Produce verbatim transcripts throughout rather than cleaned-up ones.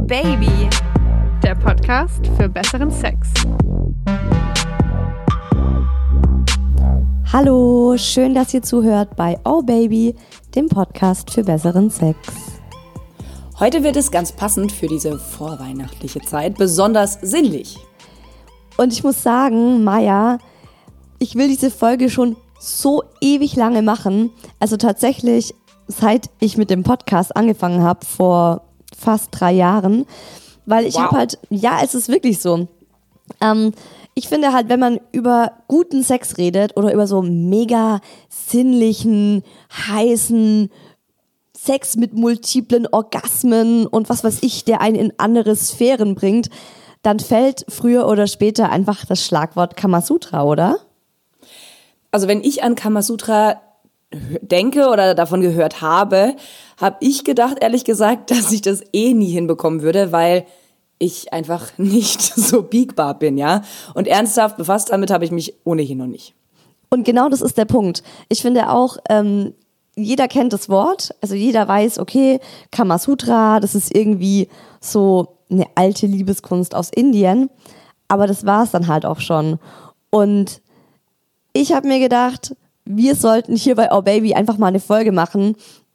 Baby, der Podcast für besseren Sex. Hallo, schön, dass ihr zuhört bei Oh Baby, dem Podcast für besseren Sex. Heute wird es ganz passend für diese vorweihnachtliche Zeit, besonders sinnlich. Und ich muss sagen, Maja, ich will diese Folge schon so ewig lange machen. Also tatsächlich, seit ich mit dem Podcast angefangen habe, vor fast drei Jahren. Weil ich wow. habe halt, ja, es ist wirklich so. Ähm, ich finde halt, wenn man über guten Sex redet oder über so mega sinnlichen, heißen Sex mit multiplen Orgasmen und was weiß ich, der einen in andere Sphären bringt, dann fällt früher oder später einfach das Schlagwort Kamasutra, oder? Also wenn ich an Kamasutra denke oder davon gehört habe, habe ich gedacht, ehrlich gesagt, dass ich das eh nie hinbekommen würde, weil ich einfach nicht so biegbar bin, ja. Und ernsthaft befasst damit habe ich mich ohnehin noch nicht. Und genau das ist der Punkt. Ich finde auch, ähm, jeder kennt das Wort, also jeder weiß, okay, Kamasutra, das ist irgendwie so eine alte Liebeskunst aus Indien, aber das war es dann halt auch schon. Und ich habe mir gedacht, wir sollten hier bei Oh Baby einfach mal eine Folge machen,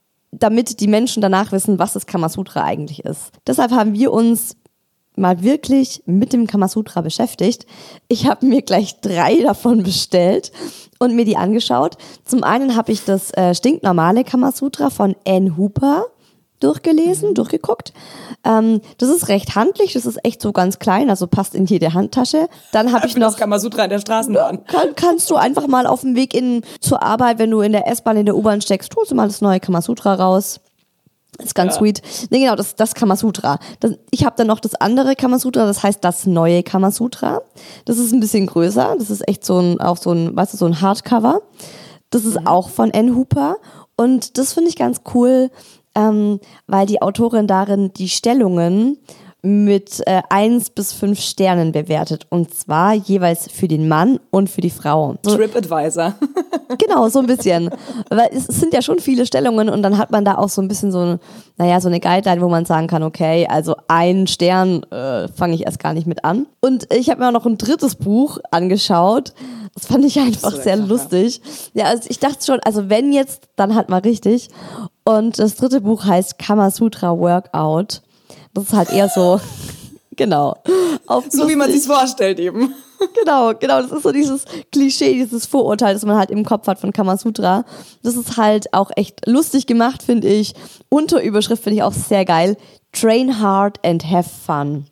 damit die Menschen danach wissen, was das Kamasutra eigentlich ist. Deshalb haben wir uns mal wirklich mit dem Kamasutra beschäftigt. Ich habe mir gleich drei davon bestellt und mir die angeschaut. Zum einen habe ich das äh, stinknormale Kamasutra von Anne Hooper durchgelesen, mhm. durchgeguckt. Ähm, das ist recht handlich, das ist echt so ganz klein, also passt in jede Handtasche. Dann habe ich noch das Kamasutra in der Straßenbahn. Kann, kannst du einfach mal auf dem Weg in, zur Arbeit, wenn du in der S-Bahn, in der U-Bahn steckst, holst du mal das neue Kamasutra raus. Ist ganz ja. sweet. Nee, genau, das, das Kamasutra. Das, ich habe dann noch das andere Kamasutra, das heißt das neue Kamasutra. Das ist ein bisschen größer, das ist echt so ein, auch so ein, weißt du, so ein Hardcover. Das ist mhm. auch von Anne Hooper und das finde ich ganz cool, ähm, weil die Autorin darin die Stellungen mit äh, eins bis fünf Sternen bewertet und zwar jeweils für den Mann und für die Frau. So, TripAdvisor. Genau, so ein bisschen. Weil es sind ja schon viele Stellungen und dann hat man da auch so ein bisschen so, ein, naja, so eine Guideline, wo man sagen kann, okay, also einen Stern äh, fange ich erst gar nicht mit an. Und ich habe mir auch noch ein drittes Buch angeschaut. Das fand ich einfach sehr Kracher. lustig. Ja, also ich dachte schon, also wenn jetzt, dann halt mal richtig. Und das dritte Buch heißt Kamasutra Workout. Das ist halt eher so, genau. Auf so wie man sich's vorstellt eben. Genau, genau. Das ist so dieses Klischee, dieses Vorurteil, das man halt im Kopf hat von Kamasutra. Das ist halt auch echt lustig gemacht, finde ich. Unterüberschrift finde ich auch sehr geil. Train hard and have fun.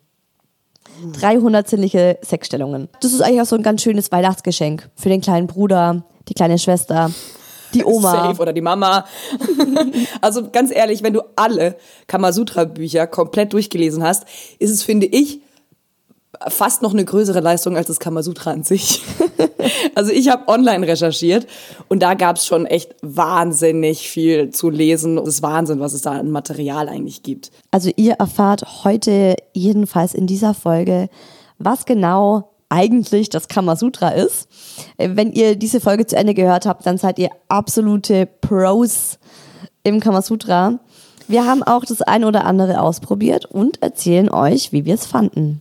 dreihundert sinnliche Sexstellungen. Das ist eigentlich auch so ein ganz schönes Weihnachtsgeschenk für den kleinen Bruder, die kleine Schwester, die Oma. Safe oder die Mama. Also ganz ehrlich, wenn du alle Kamasutra-Bücher komplett durchgelesen hast, ist es, finde ich, fast noch eine größere Leistung als das Kamasutra an sich. Also ich habe online recherchiert und da gab es schon echt wahnsinnig viel zu lesen. Das ist Wahnsinn, was es da an Material eigentlich gibt. Also ihr erfahrt heute jedenfalls in dieser Folge, was genau eigentlich das Kamasutra ist. Wenn ihr diese Folge zu Ende gehört habt, dann seid ihr absolute Pros im Kamasutra. Wir haben auch das ein oder andere ausprobiert und erzählen euch, wie wir es fanden.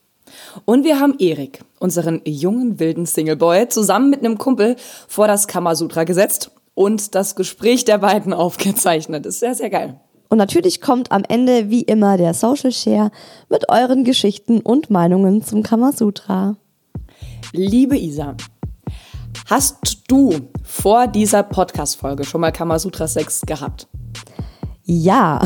Und wir haben Erik, unseren jungen, wilden Singleboy, zusammen mit einem Kumpel vor das Kamasutra gesetzt und das Gespräch der beiden aufgezeichnet. Das ist sehr, sehr geil. Und natürlich kommt am Ende wie immer der Social Share mit euren Geschichten und Meinungen zum Kamasutra. Liebe Isa, hast du vor dieser Podcast-Folge schon mal Kamasutra-Sex gehabt? Ja.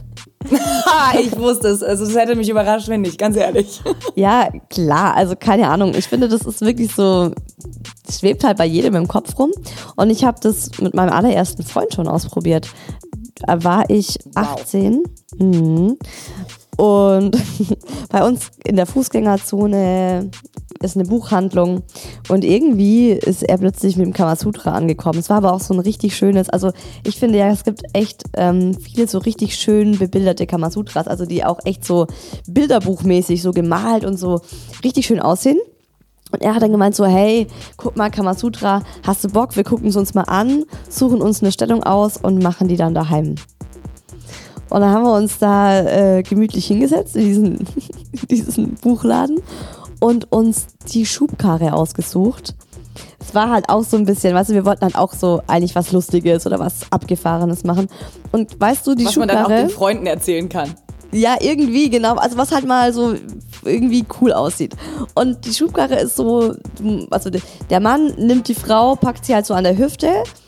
Ich wusste es. Also es hätte mich überrascht, wenn nicht, ganz ehrlich. Ja, klar. Also keine Ahnung. Ich finde, das ist wirklich so, es schwebt halt bei jedem im Kopf rum. Und ich habe das mit meinem allerersten Freund schon ausprobiert. Da war ich achtzehn. Wow. Mhm. Und bei uns in der Fußgängerzone ist eine Buchhandlung und irgendwie ist er plötzlich mit dem Kamasutra angekommen. Es war aber auch so ein richtig schönes, also ich finde ja, es gibt echt ähm, viele so richtig schön bebilderte Kamasutras, also die auch echt so bilderbuchmäßig so gemalt und so richtig schön aussehen. Und er hat dann gemeint so, hey, guck mal, Kamasutra, hast du Bock? Wir gucken es uns mal an, suchen uns eine Stellung aus und machen die dann daheim. Und dann haben wir uns da äh, gemütlich hingesetzt in diesen, in diesen Buchladen und uns die Schubkarre ausgesucht. Es war halt auch so ein bisschen, weißt du, wir wollten halt auch so eigentlich was Lustiges oder was Abgefahrenes machen. Und weißt du, die was Schubkarre... Was man dann auch den Freunden erzählen kann. Ja, irgendwie, genau. Also was halt mal so irgendwie cool aussieht. Und die Schubkarre ist so, also der Mann nimmt die Frau, packt sie halt so an der Hüfte,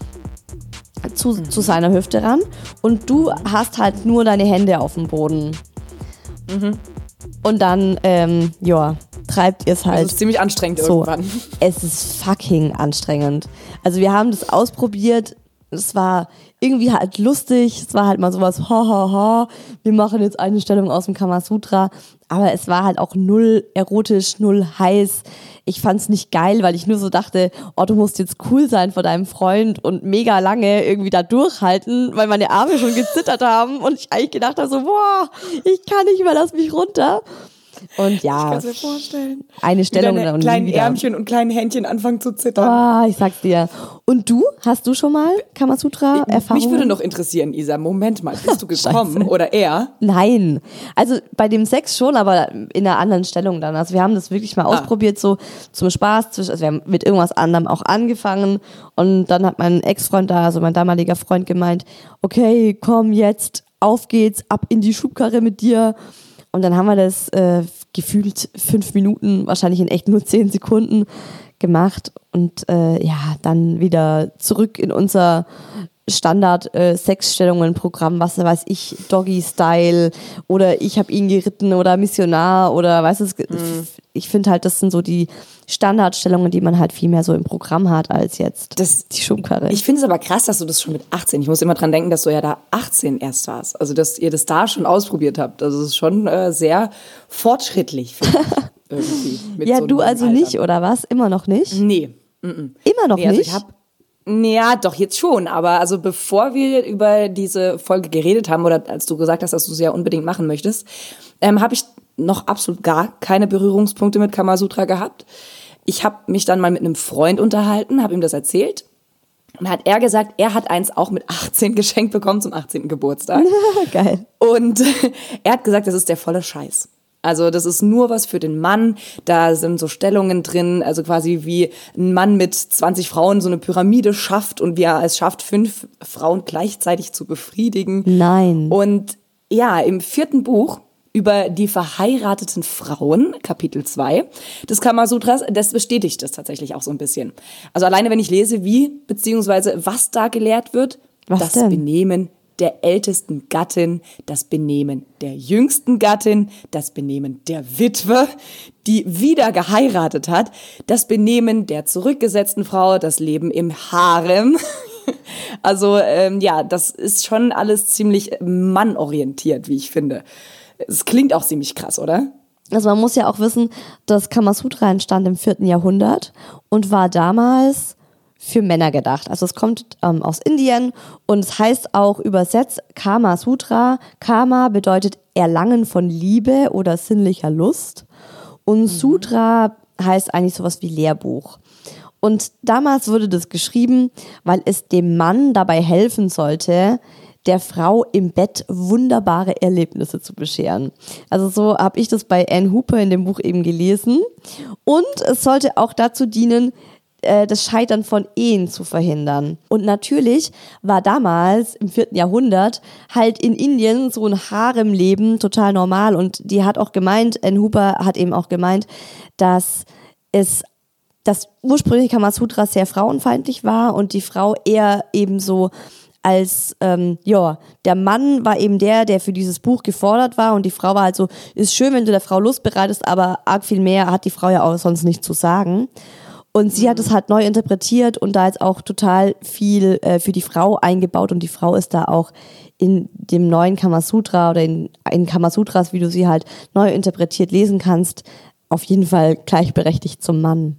zu, mhm. zu seiner Hüfte ran und du hast halt nur deine Hände auf dem Boden. Mhm. Und dann, ähm, ja, treibt ihr es halt. Das ist ziemlich anstrengend so. Irgendwann. Es ist fucking anstrengend. Also wir haben das ausprobiert, es war irgendwie halt lustig, es war halt mal sowas, ha, ha, ha, wir machen jetzt eine Stellung aus dem Kamasutra, aber es war halt auch null erotisch, null heiß. Ich fand's nicht geil, weil ich nur so dachte, oh, du musst jetzt cool sein vor deinem Freund und mega lange irgendwie da durchhalten, weil meine Arme schon gezittert haben und ich eigentlich gedacht habe so, boah, ich kann nicht mehr, lass mich runter. Und ja, ich kann es mir vorstellen. Eine Stellung. Wie deine und kleinen wieder. Ärmchen und kleinen Händchen anfangen zu zittern. Oh, ich sag's dir. Und du? Hast du schon mal Kamasutra-Erfahrung? Mich würde noch interessieren, Isa, Moment mal, bist du gekommen oder er? Nein. Also bei dem Sex schon, aber in einer anderen Stellung dann. Also wir haben das wirklich mal ah. ausprobiert, so zum Spaß. Also wir haben mit irgendwas anderem auch angefangen. Und dann hat mein Ex-Freund da, also mein damaliger Freund gemeint, okay, komm jetzt, auf geht's, ab in die Schubkarre mit dir. Und dann haben wir das äh, gefühlt fünf Minuten, wahrscheinlich in echt nur zehn Sekunden gemacht und äh, ja, dann wieder zurück in unser Standard-Sexstellungen-Programm, was weiß ich, Doggy-Style oder ich habe ihn geritten oder Missionar oder weißt du, mhm. ich finde halt, das sind so die Standardstellungen, die man halt viel mehr so im Programm hat als jetzt das, die Schubkarre. Ich finde es aber krass, dass du das schon mit achtzehn, ich muss immer dran denken, dass du ja da achtzehn erst warst, also dass ihr das da schon ausprobiert habt, also es ist schon äh, sehr fortschrittlich, finde ich, irgendwie. Mit ja, so du also Alter. Nicht, oder was? Immer noch nicht? Nee. Mm-mm. Immer noch nee, also nicht? Ich hab Ja, doch, jetzt schon. Aber also bevor wir über diese Folge geredet haben oder als du gesagt hast, dass du es ja unbedingt machen möchtest, ähm, habe ich noch absolut gar keine Berührungspunkte mit Kamasutra gehabt. Ich habe mich dann mal mit einem Freund unterhalten, habe ihm das erzählt. Und hat er gesagt, er hat eins auch mit achtzehn geschenkt bekommen zum achtzehnten Geburtstag. Geil. Und er hat gesagt, das ist der volle Scheiß. Also das ist nur was für den Mann, da sind so Stellungen drin, also quasi wie ein Mann mit zwanzig Frauen so eine Pyramide schafft und wie er es schafft, fünf Frauen gleichzeitig zu befriedigen. Nein. Und ja, im vierten Buch über die verheirateten Frauen, Kapitel zwei des Kamasutras, das bestätigt das tatsächlich auch so ein bisschen. Also alleine wenn ich lese, wie, beziehungsweise was da gelehrt wird, was das denn? Benehmen der ältesten Gattin, das Benehmen der jüngsten Gattin, das Benehmen der Witwe, die wieder geheiratet hat, das Benehmen der zurückgesetzten Frau, das Leben im Harem. Also ähm, ja, das ist schon alles ziemlich mannorientiert, wie ich finde. Es klingt auch ziemlich krass, oder? Also man muss ja auch wissen, das Kamasutra entstand im vierten Jahrhundert und war damals für Männer gedacht. Also es kommt ähm, aus Indien und es heißt auch übersetzt Kamasutra. Kama bedeutet Erlangen von Liebe oder sinnlicher Lust und mhm. Sutra heißt eigentlich sowas wie Lehrbuch. Und damals wurde das geschrieben, weil es dem Mann dabei helfen sollte, der Frau im Bett wunderbare Erlebnisse zu bescheren. Also so habe ich das bei Anne Hooper in dem Buch eben gelesen. Und es sollte auch dazu dienen, das Scheitern von Ehen zu verhindern. Und natürlich war damals im vierten Jahrhundert halt in Indien so ein Haremleben total normal. Und die hat auch gemeint, Anne Hooper hat eben auch gemeint, dass es das ursprüngliche Kamasutra sehr frauenfeindlich war und die Frau eher eben so als, ähm, ja, der Mann war eben der, der für dieses Buch gefordert war und die Frau war halt so, ist schön, wenn du der Frau Lust bereitest, aber arg viel mehr hat die Frau ja auch sonst nicht zu sagen. Und sie hat es halt neu interpretiert und da jetzt auch total viel äh, für die Frau eingebaut und die Frau ist da auch in dem neuen Kamasutra oder in, in Kamasutras, wie du sie halt neu interpretiert lesen kannst, auf jeden Fall gleichberechtigt zum Mann.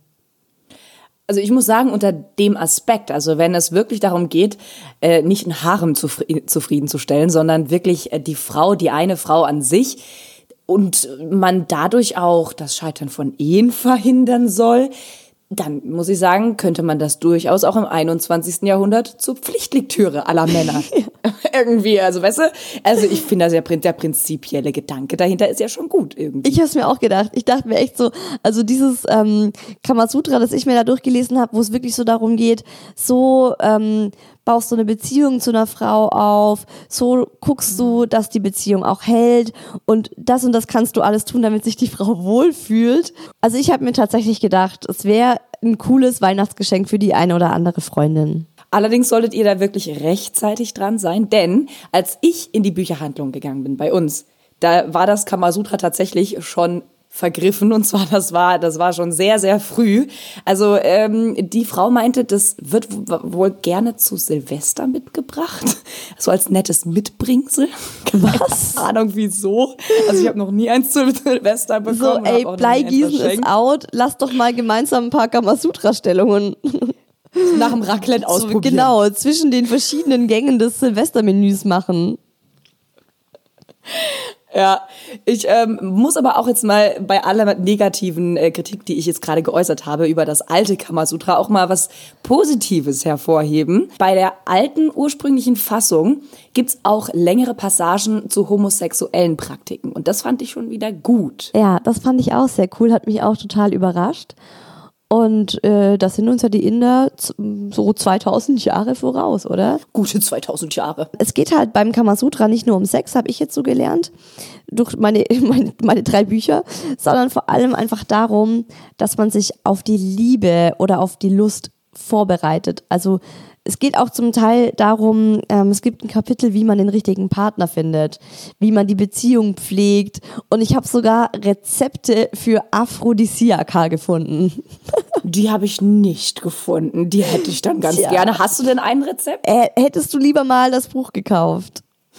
Also ich muss sagen, unter dem Aspekt, also wenn es wirklich darum geht, äh, nicht ein Harem zufri- zufriedenzustellen, sondern wirklich äh, die Frau, die eine Frau an sich und man dadurch auch das Scheitern von Ehen verhindern soll, dann muss ich sagen, könnte man das durchaus auch im einundzwanzigsten Jahrhundert zur Pflichtlektüre aller Männer irgendwie, also weißt du, also ich finde, das ja, der prinzipielle Gedanke dahinter ist ja schon gut irgendwie. Ich habe es mir auch gedacht. Ich dachte mir echt so, also dieses ähm, Kamasutra, das ich mir da durchgelesen habe, wo es wirklich so darum geht, so ähm, baust du eine Beziehung zu einer Frau auf, so guckst du, dass die Beziehung auch hält und das und das kannst du alles tun, damit sich die Frau wohlfühlt. Also ich habe mir tatsächlich gedacht, es wäre ein cooles Weihnachtsgeschenk für die eine oder andere Freundin. Allerdings solltet ihr da wirklich rechtzeitig dran sein, denn als ich in die Bücherhandlung gegangen bin bei uns, da war das Kamasutra tatsächlich schon vergriffen und zwar das war das war schon sehr sehr früh. Also ähm, die Frau meinte, das wird wohl gerne zu Silvester mitgebracht, so als nettes Mitbringsel. Was? Keine Ahnung wieso. Also ich habe noch nie eins zu Silvester bekommen. So, ey, Bleigießen ist out, lass doch mal gemeinsam ein paar Kamasutra-Stellungen nach dem Raclette ausprobieren. Genau, zwischen den verschiedenen Gängen des Silvestermenüs machen. Ja, ich ähm, muss aber auch jetzt mal bei aller negativen äh, Kritik, die ich jetzt gerade geäußert habe über das alte Kamasutra, auch mal was Positives hervorheben. Bei der alten ursprünglichen Fassung gibt's auch längere Passagen zu homosexuellen Praktiken und das fand ich schon wieder gut. Ja, das fand ich auch sehr cool, hat mich auch total überrascht. Und äh, das sind uns ja die Inder so zweitausend Jahre voraus, oder? Gute zweitausend Jahre. Es geht halt beim Kamasutra nicht nur um Sex, habe ich jetzt so gelernt, durch meine, meine, meine drei Bücher, sondern vor allem einfach darum, dass man sich auf die Liebe oder auf die Lust vorbereitet. Also es geht auch zum Teil darum, ähm, es gibt ein Kapitel, wie man den richtigen Partner findet, wie man die Beziehung pflegt und ich habe sogar Rezepte für Aphrodisiaka gefunden. Die habe ich nicht gefunden, die hätte ich dann ganz Tja. gerne. Hast du denn ein Rezept? Äh, hättest du lieber mal das Buch gekauft?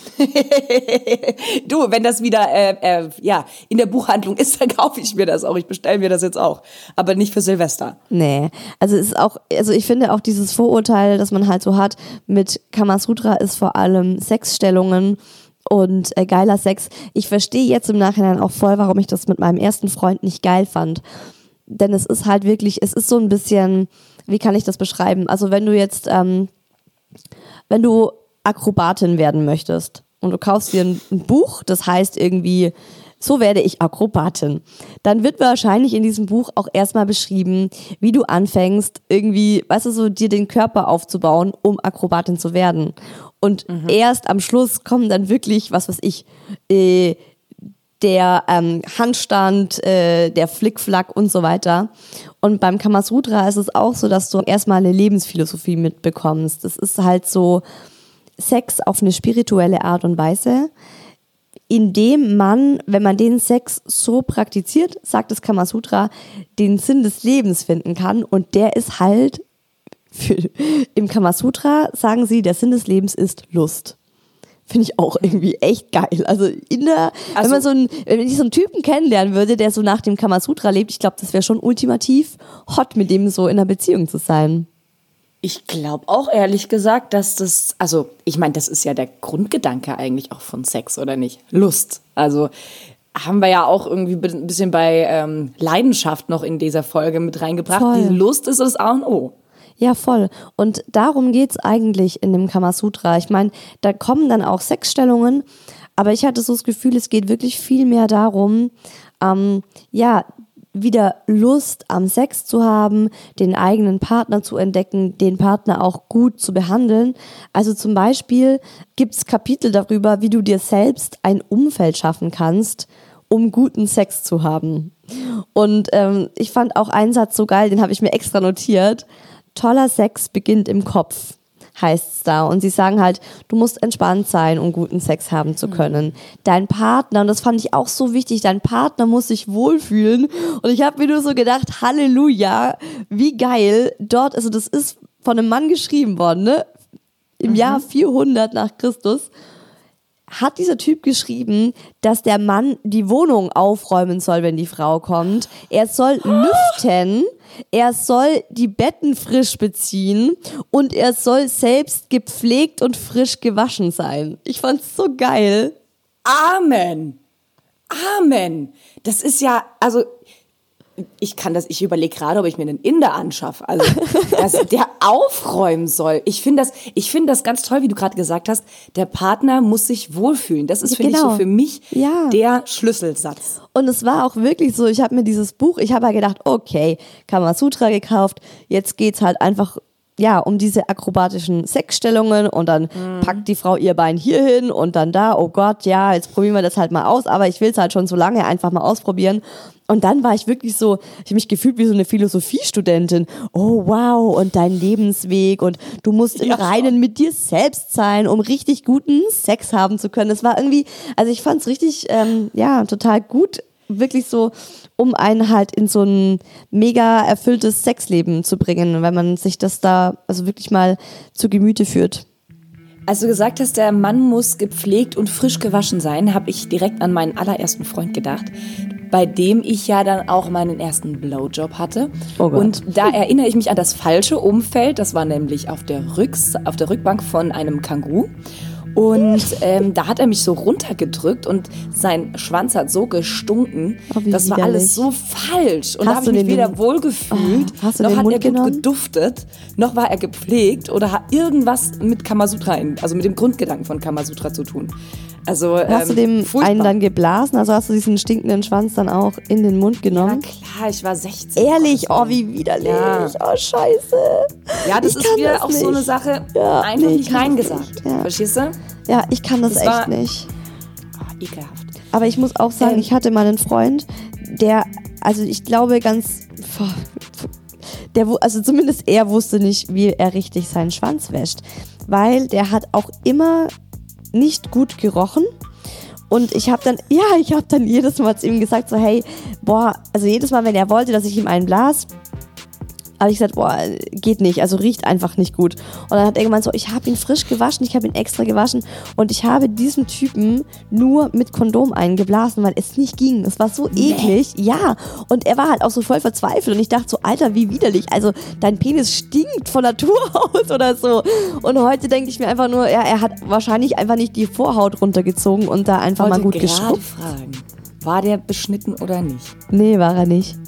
Du, wenn das wieder äh, äh, ja, in der Buchhandlung ist, dann kaufe ich mir das auch. Ich bestelle mir das jetzt auch. Aber nicht für Silvester. Nee, also es ist auch, also ich finde auch dieses Vorurteil, das man halt so hat mit Kamasutra ist vor allem Sexstellungen und äh, geiler Sex. Ich verstehe jetzt im Nachhinein auch voll, warum ich das mit meinem ersten Freund nicht geil fand. Denn es ist halt wirklich, es ist so ein bisschen, wie kann ich das beschreiben? Also wenn du jetzt, ähm, wenn du Akrobatin werden möchtest und du kaufst dir ein, ein Buch, das heißt irgendwie, so werde ich Akrobatin, dann wird wahrscheinlich in diesem Buch auch erstmal beschrieben, wie du anfängst, irgendwie, weißt du, so dir den Körper aufzubauen, um Akrobatin zu werden. Und mhm. erst am Schluss kommen dann wirklich, was weiß ich, äh, der ähm, Handstand, äh, der Flickflack und so weiter. Und beim Kamasutra ist es auch so, dass du erstmal eine Lebensphilosophie mitbekommst. Das ist halt so Sex auf eine spirituelle Art und Weise, indem man, wenn man den Sex so praktiziert, sagt das Kamasutra, den Sinn des Lebens finden kann und der ist halt, für, im Kamasutra sagen sie, der Sinn des Lebens ist Lust. Finde ich auch irgendwie echt geil. Also in der, also, wenn man so einen, wenn ich so einen Typen kennenlernen würde, der so nach dem Kamasutra lebt, ich glaube, das wäre schon ultimativ hot, mit dem so in einer Beziehung zu sein. Ich glaube auch ehrlich gesagt, dass das, also ich meine, das ist ja der Grundgedanke eigentlich auch von Sex, oder nicht? Lust. Also haben wir ja auch irgendwie ein bisschen bei ähm, Leidenschaft noch in dieser Folge mit reingebracht. Voll. Die Lust ist das A und O. Ja, voll. Und darum geht's eigentlich in dem Kamasutra. Ich meine, da kommen dann auch Sexstellungen, aber ich hatte so das Gefühl, es geht wirklich viel mehr darum, ähm, ja, wieder Lust am Sex zu haben, den eigenen Partner zu entdecken, den Partner auch gut zu behandeln. Also zum Beispiel gibt's Kapitel darüber, wie du dir selbst ein Umfeld schaffen kannst, um guten Sex zu haben. Und ähm, ich fand auch einen Satz so geil, den habe ich mir extra notiert. Toller Sex beginnt im Kopf, heißt's da. Und sie sagen halt, du musst entspannt sein, um guten Sex haben zu können. Mhm. Dein Partner, und das fand ich auch so wichtig, dein Partner muss sich wohlfühlen. Und ich habe mir nur so gedacht, Halleluja, wie geil. Dort, also das ist von einem Mann geschrieben worden, ne? Im mhm. Jahr vierhundert nach Christus. Hat dieser Typ geschrieben, dass der Mann die Wohnung aufräumen soll, wenn die Frau kommt. Er soll lüften, er soll die Betten frisch beziehen und er soll selbst gepflegt und frisch gewaschen sein. Ich fand's so geil. Amen. Amen. Das ist ja, also ich kann das, ich überlege gerade, ob ich mir einen Inder anschaffe. Also, dass der aufräumen soll. Ich finde das, ich finde das ganz toll, wie du gerade gesagt hast. Der Partner muss sich wohlfühlen. Das ist, finde Genau. ich, so für mich Ja. der Schlüsselsatz. Und es war auch wirklich so, ich habe mir dieses Buch, ich habe ja gedacht, okay, Kamasutra gekauft, jetzt geht's halt einfach ja, um diese akrobatischen Sexstellungen und dann mhm. packt die Frau ihr Bein hier hin und dann da, oh Gott, ja, jetzt probieren wir das halt mal aus, aber ich will es halt schon so lange einfach mal ausprobieren. Und dann war ich wirklich so, ich habe mich gefühlt wie so eine Philosophiestudentin. Oh wow, und dein Lebensweg und du musst im ja, Reinen schon. mit dir selbst sein, um richtig guten Sex haben zu können. Das war irgendwie, also ich fand es richtig, ähm, ja, total gut, wirklich so, um einen halt in so ein mega erfülltes Sexleben zu bringen, wenn man sich das da also wirklich mal zu Gemüte führt. Als du gesagt hast, der Mann muss gepflegt und frisch gewaschen sein, habe ich direkt an meinen allerersten Freund gedacht, bei dem ich ja dann auch meinen ersten Blowjob hatte. Oh Gott. Und da erinnere ich mich an das falsche Umfeld. Das war nämlich auf der, Rücks- auf der Rückbank von einem Känguru. Und ähm, da hat er mich so runtergedrückt und sein Schwanz hat so gestunken. Oh, das war widerlich. alles so falsch. Und Hast da habe ich mich weder wohlgefühlt, oh, hast du noch den hat Mund er gut genommen? geduftet, noch war er gepflegt oder hat irgendwas mit Kamasutra, in, also mit dem Grundgedanken von Kamasutra zu tun. Also, hast ähm, du dem furchtbar. einen dann geblasen? Also hast du diesen stinkenden Schwanz dann auch in den Mund genommen? Ja klar, ich war sechzehn. Ehrlich? Oh, wie widerlich. Ja. Oh, scheiße. Ja, das Ich ist kann wieder das auch so eine nicht. Sache, Ja, einfach nee, nicht ich kann Nein das gesagt. nicht, ja. Verstehst du? Ja, ich kann das, Das echt war- nicht. Oh, ekelhaft. Aber ich muss auch sagen, Ähm. ich hatte mal einen Freund, der, also ich glaube ganz, der, wu- also zumindest er wusste nicht, wie er richtig seinen Schwanz wäscht, weil der hat auch immer nicht gut gerochen. Und ich habe dann, ja, ich habe dann jedes Mal zu ihm gesagt, so hey, boah, also jedes Mal, wenn er wollte, dass ich ihm einen blas, habe ich gesagt, boah, geht nicht, also riecht einfach nicht gut. Und dann hat er gemeint so, ich habe ihn frisch gewaschen, ich habe ihn extra gewaschen und ich habe diesem Typen nur mit Kondom eingeblasen, weil es nicht ging. Das war so eklig. Ja, und er war halt auch so voll verzweifelt und ich dachte so, Alter, wie widerlich. Also dein Penis stinkt von Natur aus oder so. Und heute denke ich mir einfach nur, ja, er hat wahrscheinlich einfach nicht die Vorhaut runtergezogen und da einfach mal gut gerade geschrubbt. fragen, war der beschnitten oder nicht? Nee, war er nicht.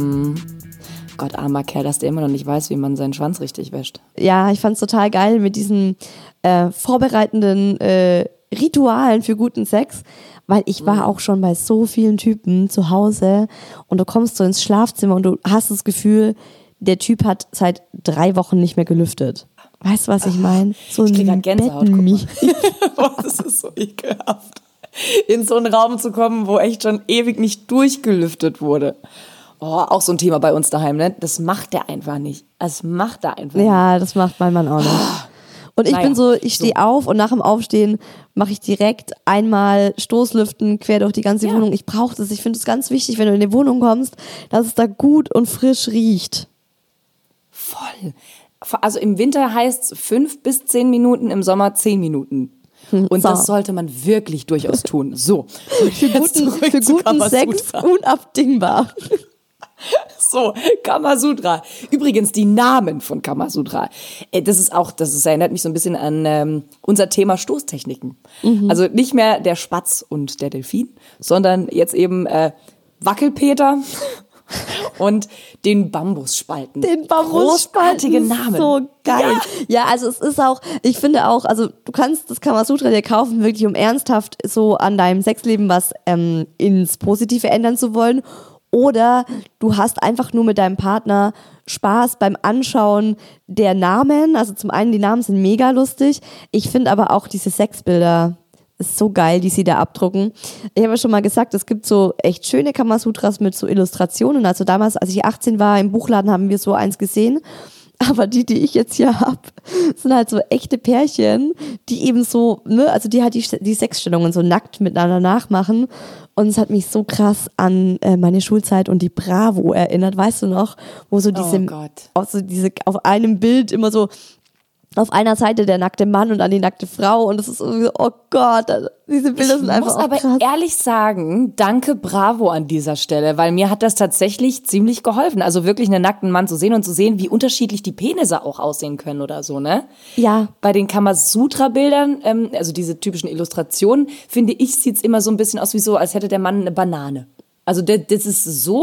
Gott, armer Kerl, dass der immer noch nicht weiß, wie man seinen Schwanz richtig wäscht. Ja, ich fand's total geil mit diesen äh, vorbereitenden äh, Ritualen für guten Sex, weil ich war auch schon bei so vielen Typen zu Hause und du kommst so ins Schlafzimmer und du hast das Gefühl, der Typ hat seit drei Wochen nicht mehr gelüftet. Weißt du, was ich meine? So Ich krieg ein grad Gänsehaut, guck mal. Bettmie- Boah, das ist so ekelhaft. In so einen Raum zu kommen, wo echt schon ewig nicht durchgelüftet wurde. Oh, auch so ein Thema bei uns daheim, ne? Das macht der einfach nicht. Das macht er einfach nicht. Ja, das macht mein Mann auch nicht. Und ich Naja, bin so, ich stehe so. auf und nach dem Aufstehen mache ich direkt einmal Stoßlüften quer durch die ganze Ja. Wohnung. Ich brauche das. Ich finde es ganz wichtig, wenn du in die Wohnung kommst, dass es da gut und frisch riecht. Voll. Also im Winter heißt es fünf bis zehn Minuten, im Sommer zehn Minuten. Und So. das sollte man wirklich durchaus tun. So, Für guten, für guten Sex unabdingbar. So, Kamasutra. Übrigens, die Namen von Kamasutra. Äh, Das ist auch, das ist, erinnert mich so ein bisschen an ähm, unser Thema Stoßtechniken. Also nicht mehr der Spatz und der Delfin, sondern jetzt eben äh, Wackelpeter und den Bambusspalten. Den Bambusspalten. Großartige Namen. So geil. Ja. ja, also es ist auch, ich finde auch, also du kannst das Kamasutra dir kaufen, wirklich um ernsthaft so an deinem Sexleben was ähm, ins Positive ändern zu wollen. Oder du hast einfach nur mit deinem Partner Spaß beim Anschauen der Namen. Also zum einen, die Namen sind mega lustig. Ich finde aber auch diese Sexbilder ist so geil, die sie da abdrucken. Ich habe ja schon mal gesagt, es gibt so echt schöne Kamasutras mit so Illustrationen. Also damals, als ich achtzehn war, im Buchladen haben wir so eins gesehen. Aber die, die ich jetzt hier habe, sind halt so echte Pärchen, die eben so, ne, also die halt die, die Sexstellungen so nackt miteinander nachmachen. Und es hat mich so krass an äh, meine Schulzeit und die Bravo erinnert, weißt du noch? Wo so diese, Oh Gott. auch so diese auf einem Bild immer so auf einer Seite der nackte Mann und dann die nackte Frau und das ist irgendwie so, oh Gott, also diese Bilder Ich sind einfach muss auch aber krass. ehrlich sagen, danke Bravo an dieser Stelle, weil mir hat das tatsächlich ziemlich geholfen. Also wirklich einen nackten Mann zu sehen und zu sehen, wie unterschiedlich die Penisse auch aussehen können oder so, ne? Ja. Bei den Kamasutra-Bildern, ähm, also diese typischen Illustrationen, finde ich, sieht's immer so ein bisschen aus wie so, als hätte der Mann eine Banane. Also das, das ist so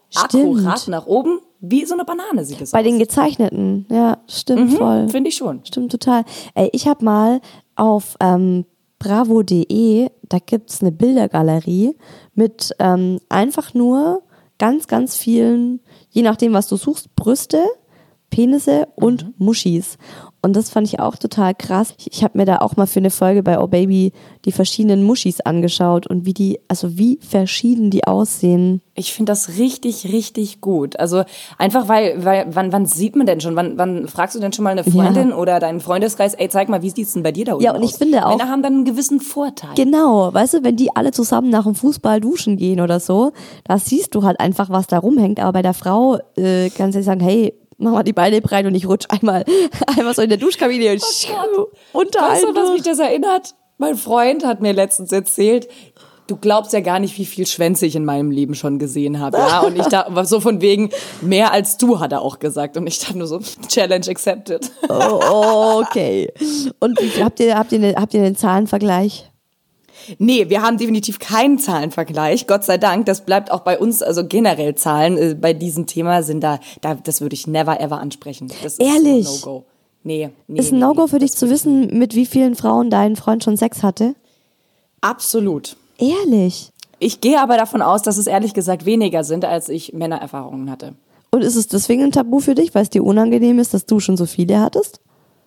Stimmt. akkurat nach oben, wie so eine Banane sieht es Bei aus. den gezeichneten, ja, stimmt Mhm, voll. finde ich schon. Stimmt total. Ey, ich habe mal auf ähm, bravo punkt de, da gibt es eine Bildergalerie mit ähm, einfach nur ganz, ganz vielen, je nachdem, was du suchst, Brüste, Penisse und mhm. Muschis. Und das fand ich auch total krass. Ich, ich habe mir da auch mal für eine Folge bei Oh Baby die verschiedenen Muschis angeschaut und wie die, also wie verschieden die aussehen. Ich finde das richtig, richtig gut. Also einfach, weil, weil wann, wann sieht man denn schon? Wann, wann fragst du denn schon mal eine Freundin ja. oder deinen Freundeskreis, ey, zeig mal, wie sieht's denn bei dir da unten aus? Ja, und ich aus? finde auch. Männer haben dann einen gewissen Vorteil. Genau, weißt du, wenn die alle zusammen nach dem Fußball duschen gehen oder so, da siehst du halt einfach, was da rumhängt. Aber bei der Frau äh, kannst du sagen, hey, mach mal die Beine breit und ich rutsch einmal, einmal so in der Duschkabine und oh unter Weißt du, durch. was mich das erinnert? Mein Freund hat mir letztens erzählt, du glaubst ja gar nicht, wie viel Schwänze ich in meinem Leben schon gesehen habe. Ja? Und ich dachte, so von wegen, mehr als du, hat er auch gesagt. Und ich dachte nur so, Challenge accepted. Oh, okay. Und habt ihr, habt ihr, eine, habt ihr einen Zahlenvergleich? Nee, wir haben definitiv keinen Zahlenvergleich, Gott sei Dank. Das bleibt auch bei uns, also generell Zahlen äh, bei diesem Thema sind da, da, das würde ich never ever ansprechen. Das Ehrlich? Ist ein No-Go. Nee, nee. Ist ein nee, No-Go nee, für dich zu wissen, mit wie vielen Frauen dein Freund schon Sex hatte? Absolut. Ehrlich? Ich gehe aber davon aus, dass es ehrlich gesagt weniger sind, als ich Männererfahrungen hatte. Und ist es deswegen ein Tabu für dich, weil es dir unangenehm ist, dass du schon so viele hattest?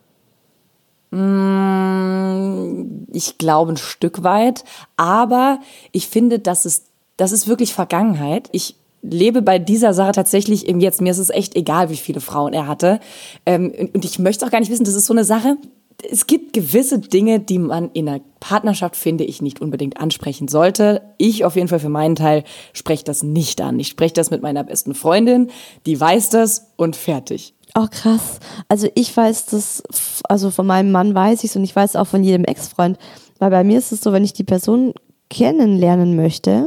Ich glaube ein Stück weit, aber ich finde, das ist, das ist wirklich Vergangenheit. Ich lebe bei dieser Sache tatsächlich im Jetzt. Mir ist es echt egal, wie viele Frauen er hatte. Und ich möchte auch gar nicht wissen, das ist so eine Sache. Es gibt gewisse Dinge, die man in einer Partnerschaft, finde ich, nicht unbedingt ansprechen sollte. Ich auf jeden Fall für meinen Teil spreche das nicht an. Ich spreche das mit meiner besten Freundin, die weiß das und fertig. Oh, krass. Also ich weiß das, also von meinem Mann weiß ich es und ich weiß auch von jedem Ex-Freund, weil bei mir ist es so, wenn ich die Person kennenlernen möchte,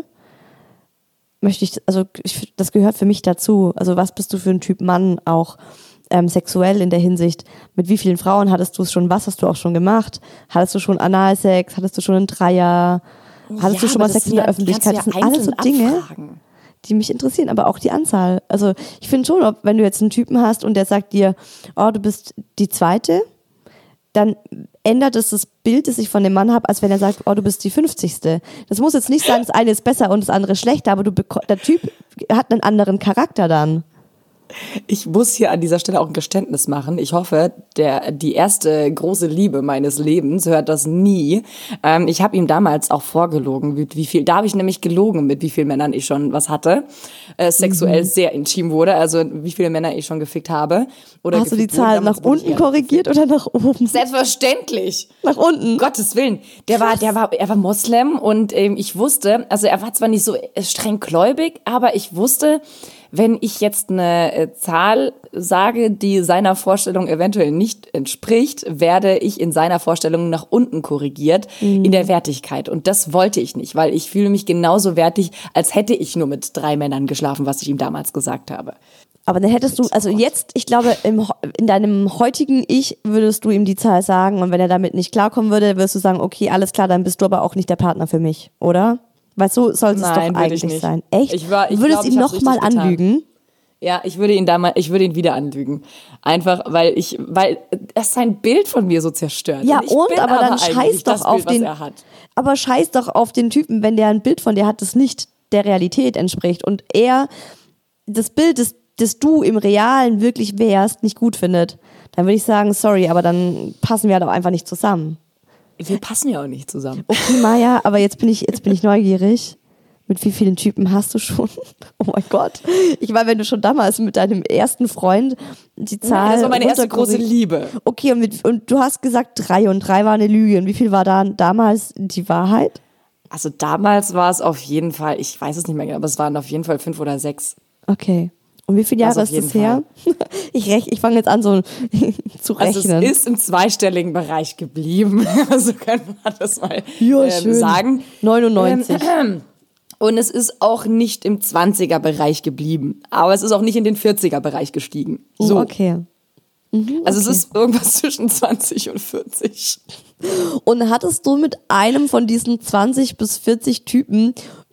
möchte ich, also ich, das gehört für mich dazu. Also was bist du für ein Typ Mann auch ähm, sexuell in der Hinsicht? Mit wie vielen Frauen hattest du es schon? Was hast du auch schon gemacht? Hattest du schon Analsex? Hattest du schon einen Dreier? Hattest ja, du schon mal Sex in der Öffentlichkeit? Das sind alles so Dinge, abfragen. die mich interessieren, aber auch die Anzahl. Also ich finde schon, ob, wenn du jetzt einen Typen hast und der sagt dir, oh, du bist die Zweite, dann ändert es das Bild, das ich von dem Mann habe, als wenn er sagt, oh, du bist die fünfzigste. Das muss jetzt nicht sagen, das eine ist besser und das andere schlechter, aber du beko- der Typ hat einen anderen Charakter dann. Ich muss hier an dieser Stelle auch ein Geständnis machen. Ich hoffe, der die erste große Liebe meines Lebens hört das nie. Ähm, ich habe ihm damals auch vorgelogen, mit wie viel. Da habe ich nämlich gelogen, mit wie vielen Männern ich schon was hatte. Äh, sexuell mhm. sehr intim wurde, also wie viele Männer ich schon gefickt habe. Oder Hast du die Zahl nach unten korrigiert oder nach oben? Selbstverständlich. Nach unten. Um Gottes Willen. Der war, der war, er war Moslem und ähm, ich wusste, also er war zwar nicht so streng gläubig, aber ich wusste, wenn ich jetzt eine äh, Zahl sage, die seiner Vorstellung eventuell nicht entspricht, werde ich in seiner Vorstellung nach unten korrigiert mhm. in der Wertigkeit. Und das wollte ich nicht, weil ich fühle mich genauso wertig, als hätte ich nur mit drei Männern geschlafen, was ich ihm damals gesagt habe. Aber dann hättest du, also jetzt, ich glaube, im, in deinem heutigen Ich würdest du ihm die Zahl sagen und wenn er damit nicht klarkommen würde, würdest du sagen, okay, alles klar, dann bist du aber auch nicht der Partner für mich, oder? Weil so soll es doch eigentlich sein. Echt? Ich war, ich du würdest glaub, ihn noch mal anlügen? Ja, ich würde ihn da mal, ich würde ihn wieder anlügen. Einfach, weil ich, weil das sein Bild von mir so zerstört. Ja, und, und aber, aber dann scheiß doch auf Bild, den, aber scheiß doch auf den Typen, wenn der ein Bild von dir hat, das nicht der Realität entspricht und er das Bild, das, das du im Realen wirklich wärst, nicht gut findet. Dann würde ich sagen, sorry, aber dann passen wir halt auch einfach nicht zusammen. Wir passen ja auch nicht zusammen. Okay, Maja, aber jetzt bin ich, jetzt bin ich neugierig. Mit wie vielen Typen hast du schon? Oh mein Gott. Ich meine, wenn du schon damals mit deinem ersten Freund die Zahl. Nein, das war meine erste große Liebe. Okay, und, mit, und du hast gesagt drei und drei war eine Lüge. Und wie viel war dann damals die Wahrheit? Also damals war es auf jeden Fall, ich weiß es nicht mehr genau, aber es waren auf jeden Fall fünf oder sechs. Okay. Und wie viele Jahre ist das her? Ich, rech, ich fange jetzt an, so zu rechnen. Also es ist im zweistelligen Bereich geblieben. Also können wir das mal ja, ähm, schön. sagen. neunundneunzig. Ähm, und es ist auch nicht im zwanziger-Bereich geblieben. Aber es ist auch nicht in den vierziger-Bereich gestiegen. So. Okay. Mhm, also okay. es ist irgendwas zwischen zwanzig und vierzig. Und hattest du mit einem von diesen zwanzig bis vierzig Typen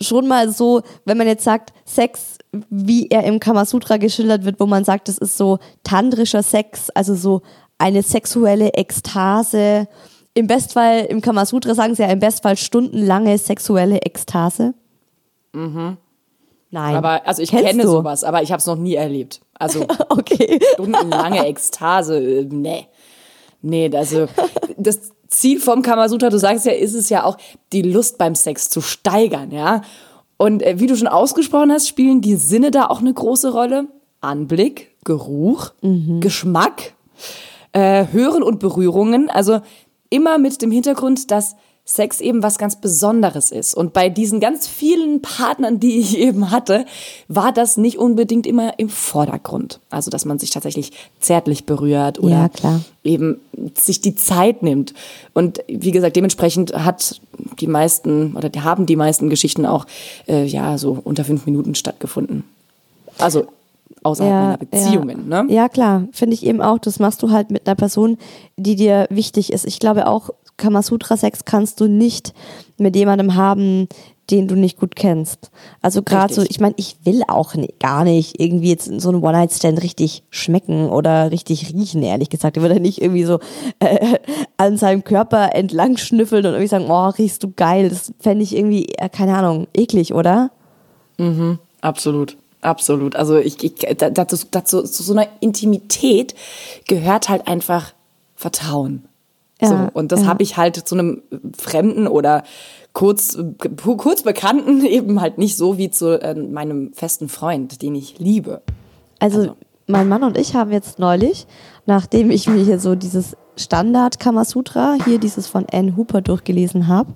schon mal so, wenn man jetzt sagt, Sex, wie er im Kamasutra geschildert wird, wo man sagt, das ist so tantrischer Sex, also so eine sexuelle Ekstase. Im Bestfall, im Kamasutra sagen sie ja im Bestfall stundenlange sexuelle Ekstase. Mhm. Nein. Aber, also ich Kennst kenne du? sowas, aber ich habe es noch nie erlebt. Also Okay. stundenlange Ekstase, äh, nee. Nee, also das Ziel vom Kamasutra, du sagst ja, ist es ja auch, die Lust beim Sex zu steigern, ja. Und äh, wie du schon ausgesprochen hast, spielen die Sinne da auch eine große Rolle. Anblick, Geruch, mhm. Geschmack, äh, Hören und Berührungen. Also immer mit dem Hintergrund, dass Sex eben was ganz Besonderes ist. Und bei diesen ganz vielen Partnern, die ich eben hatte, war das nicht unbedingt immer im Vordergrund. Also, dass man sich tatsächlich zärtlich berührt oder Ja, klar. eben sich die Zeit nimmt. Und wie gesagt, dementsprechend hat die meisten oder die haben die meisten Geschichten auch äh, ja so unter fünf Minuten stattgefunden. Also außerhalb Ja, meiner Beziehungen, ja. ne? Ja, klar, finde ich eben auch. Das machst du halt mit einer Person, die dir wichtig ist. Ich glaube auch, Kamasutra-Sex kannst du nicht mit jemandem haben, den du nicht gut kennst. Also gerade so, ich meine, ich will auch nie, gar nicht irgendwie jetzt so einen One-Night-Stand richtig schmecken oder richtig riechen, ehrlich gesagt. Ich würde nicht irgendwie so äh, an seinem Körper entlang schnüffeln und irgendwie sagen, oh, riechst du geil. Das fände ich irgendwie, äh, keine Ahnung, eklig, oder? Mhm, absolut. Absolut. Also ich, ich dazu, dazu, zu so einer Intimität gehört halt einfach Vertrauen. Ja, so, und das ja. habe ich halt zu einem Fremden oder kurz, kurz Bekannten eben halt nicht so wie zu äh, meinem festen Freund, den ich liebe. Also, Also. mein Mann und ich haben jetzt neulich, nachdem ich mir hier so dieses Standard-Kamasutra, hier dieses von Anne Hooper durchgelesen habe,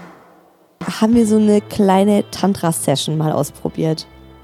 haben wir so eine kleine Tantra-Session mal ausprobiert.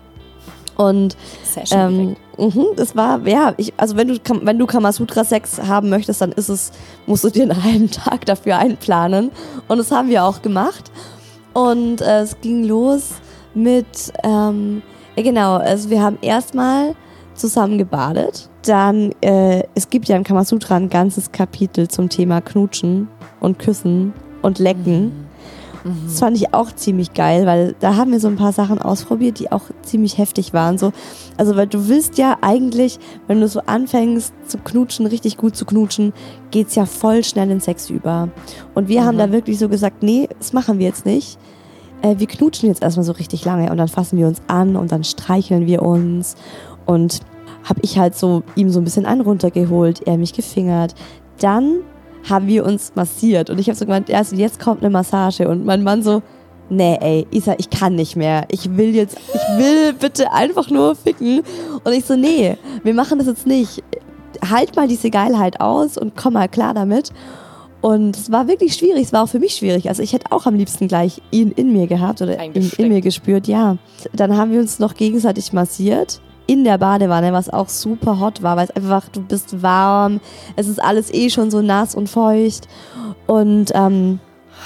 Und Session ähm, mh, das war, ja, ich, also wenn du, wenn du Kamasutra-Sex haben möchtest, dann ist es, musst du dir einen halben Tag dafür einplanen. Und das haben wir auch gemacht. Und äh, es ging los mit, ähm, ja genau, also wir haben erstmal zusammen gebadet. Dann, äh, es gibt ja im Kamasutra ein ganzes Kapitel zum Thema Knutschen und Küssen und Lecken. Mhm. Das fand ich auch ziemlich geil, weil da haben wir so ein paar Sachen ausprobiert, die auch ziemlich heftig waren. So, also weil du willst ja eigentlich, wenn du so anfängst zu knutschen, richtig gut zu knutschen, geht's ja voll schnell in Sex über. Und wir mhm. haben da wirklich so gesagt, nee, das machen wir jetzt nicht. Äh, wir knutschen jetzt erstmal so richtig lange und dann fassen wir uns an und dann streicheln wir uns. Und habe ich halt so ihm so ein bisschen einen runtergeholt, er mich gefingert. Dann haben wir uns massiert und ich habe so gemeint, also jetzt kommt eine Massage und mein Mann so, nee ey, Isa, ich kann nicht mehr, ich will jetzt, ich will bitte einfach nur ficken und ich so, nee, wir machen das jetzt nicht, halt mal diese Geilheit aus und komm mal klar damit und es war wirklich schwierig, es war auch für mich schwierig, also ich hätte auch am liebsten gleich ihn in mir gehabt oder in, in mir gespürt, ja. Dann haben wir uns noch gegenseitig massiert. In der Badewanne, was auch super hot war, weil es einfach, du bist warm, es ist alles eh schon so nass und feucht und ähm,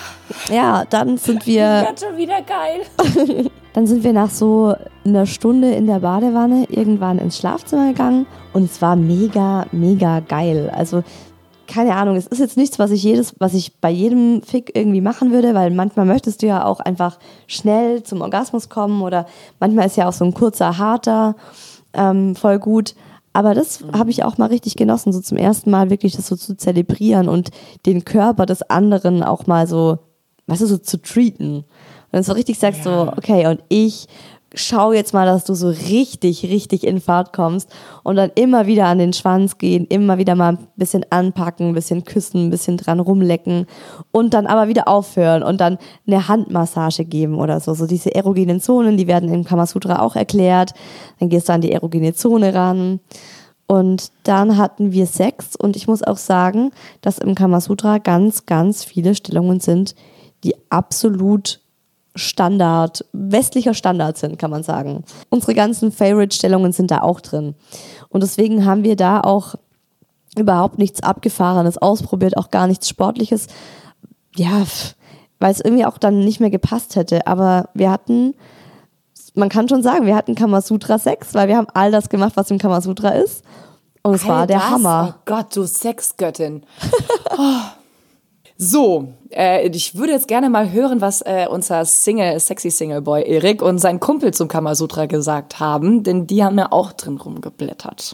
ja, dann sind wir... Das schon wieder geil. Dann sind wir nach so einer Stunde in der Badewanne irgendwann ins Schlafzimmer gegangen und es war mega, mega geil. Also keine Ahnung, es ist jetzt nichts, was ich jedes, was ich bei jedem Fick irgendwie machen würde, weil manchmal möchtest du ja auch einfach schnell zum Orgasmus kommen oder manchmal ist ja auch so ein kurzer, harter ähm, voll gut. Aber das mhm. habe ich auch mal richtig genossen, so zum ersten Mal wirklich das so zu zelebrieren und den Körper des anderen auch mal so, weißt du, so zu treaten. Und dann so richtig sagst ja. so, okay, und ich schau jetzt mal, dass du so richtig, richtig in Fahrt kommst und dann immer wieder an den Schwanz gehen, immer wieder mal ein bisschen anpacken, ein bisschen küssen, ein bisschen dran rumlecken und dann aber wieder aufhören und dann eine Handmassage geben oder so. So diese erogenen Zonen, die werden im Kamasutra auch erklärt. Dann gehst du an die erogene Zone ran und dann hatten wir Sex und ich muss auch sagen, dass im Kamasutra ganz, ganz viele Stellungen sind, die absolut Standard, westlicher Standard sind, kann man sagen. Unsere ganzen Favorite-Stellungen sind da auch drin. Und deswegen haben wir da auch überhaupt nichts Abgefahrenes ausprobiert, auch gar nichts Sportliches. Ja, weil es irgendwie auch dann nicht mehr gepasst hätte. Aber wir hatten, man kann schon sagen, wir hatten Kamasutra-Sex, weil wir haben all das gemacht, was im Kamasutra ist. Und es all war der das? Hammer. Oh Gott, du Sexgöttin. Oh. So, äh, ich würde jetzt gerne mal hören, was äh, unser Single, sexy Single Boy Erik und sein Kumpel zum Kamasutra gesagt haben, denn die haben ja auch drin rumgeblättert.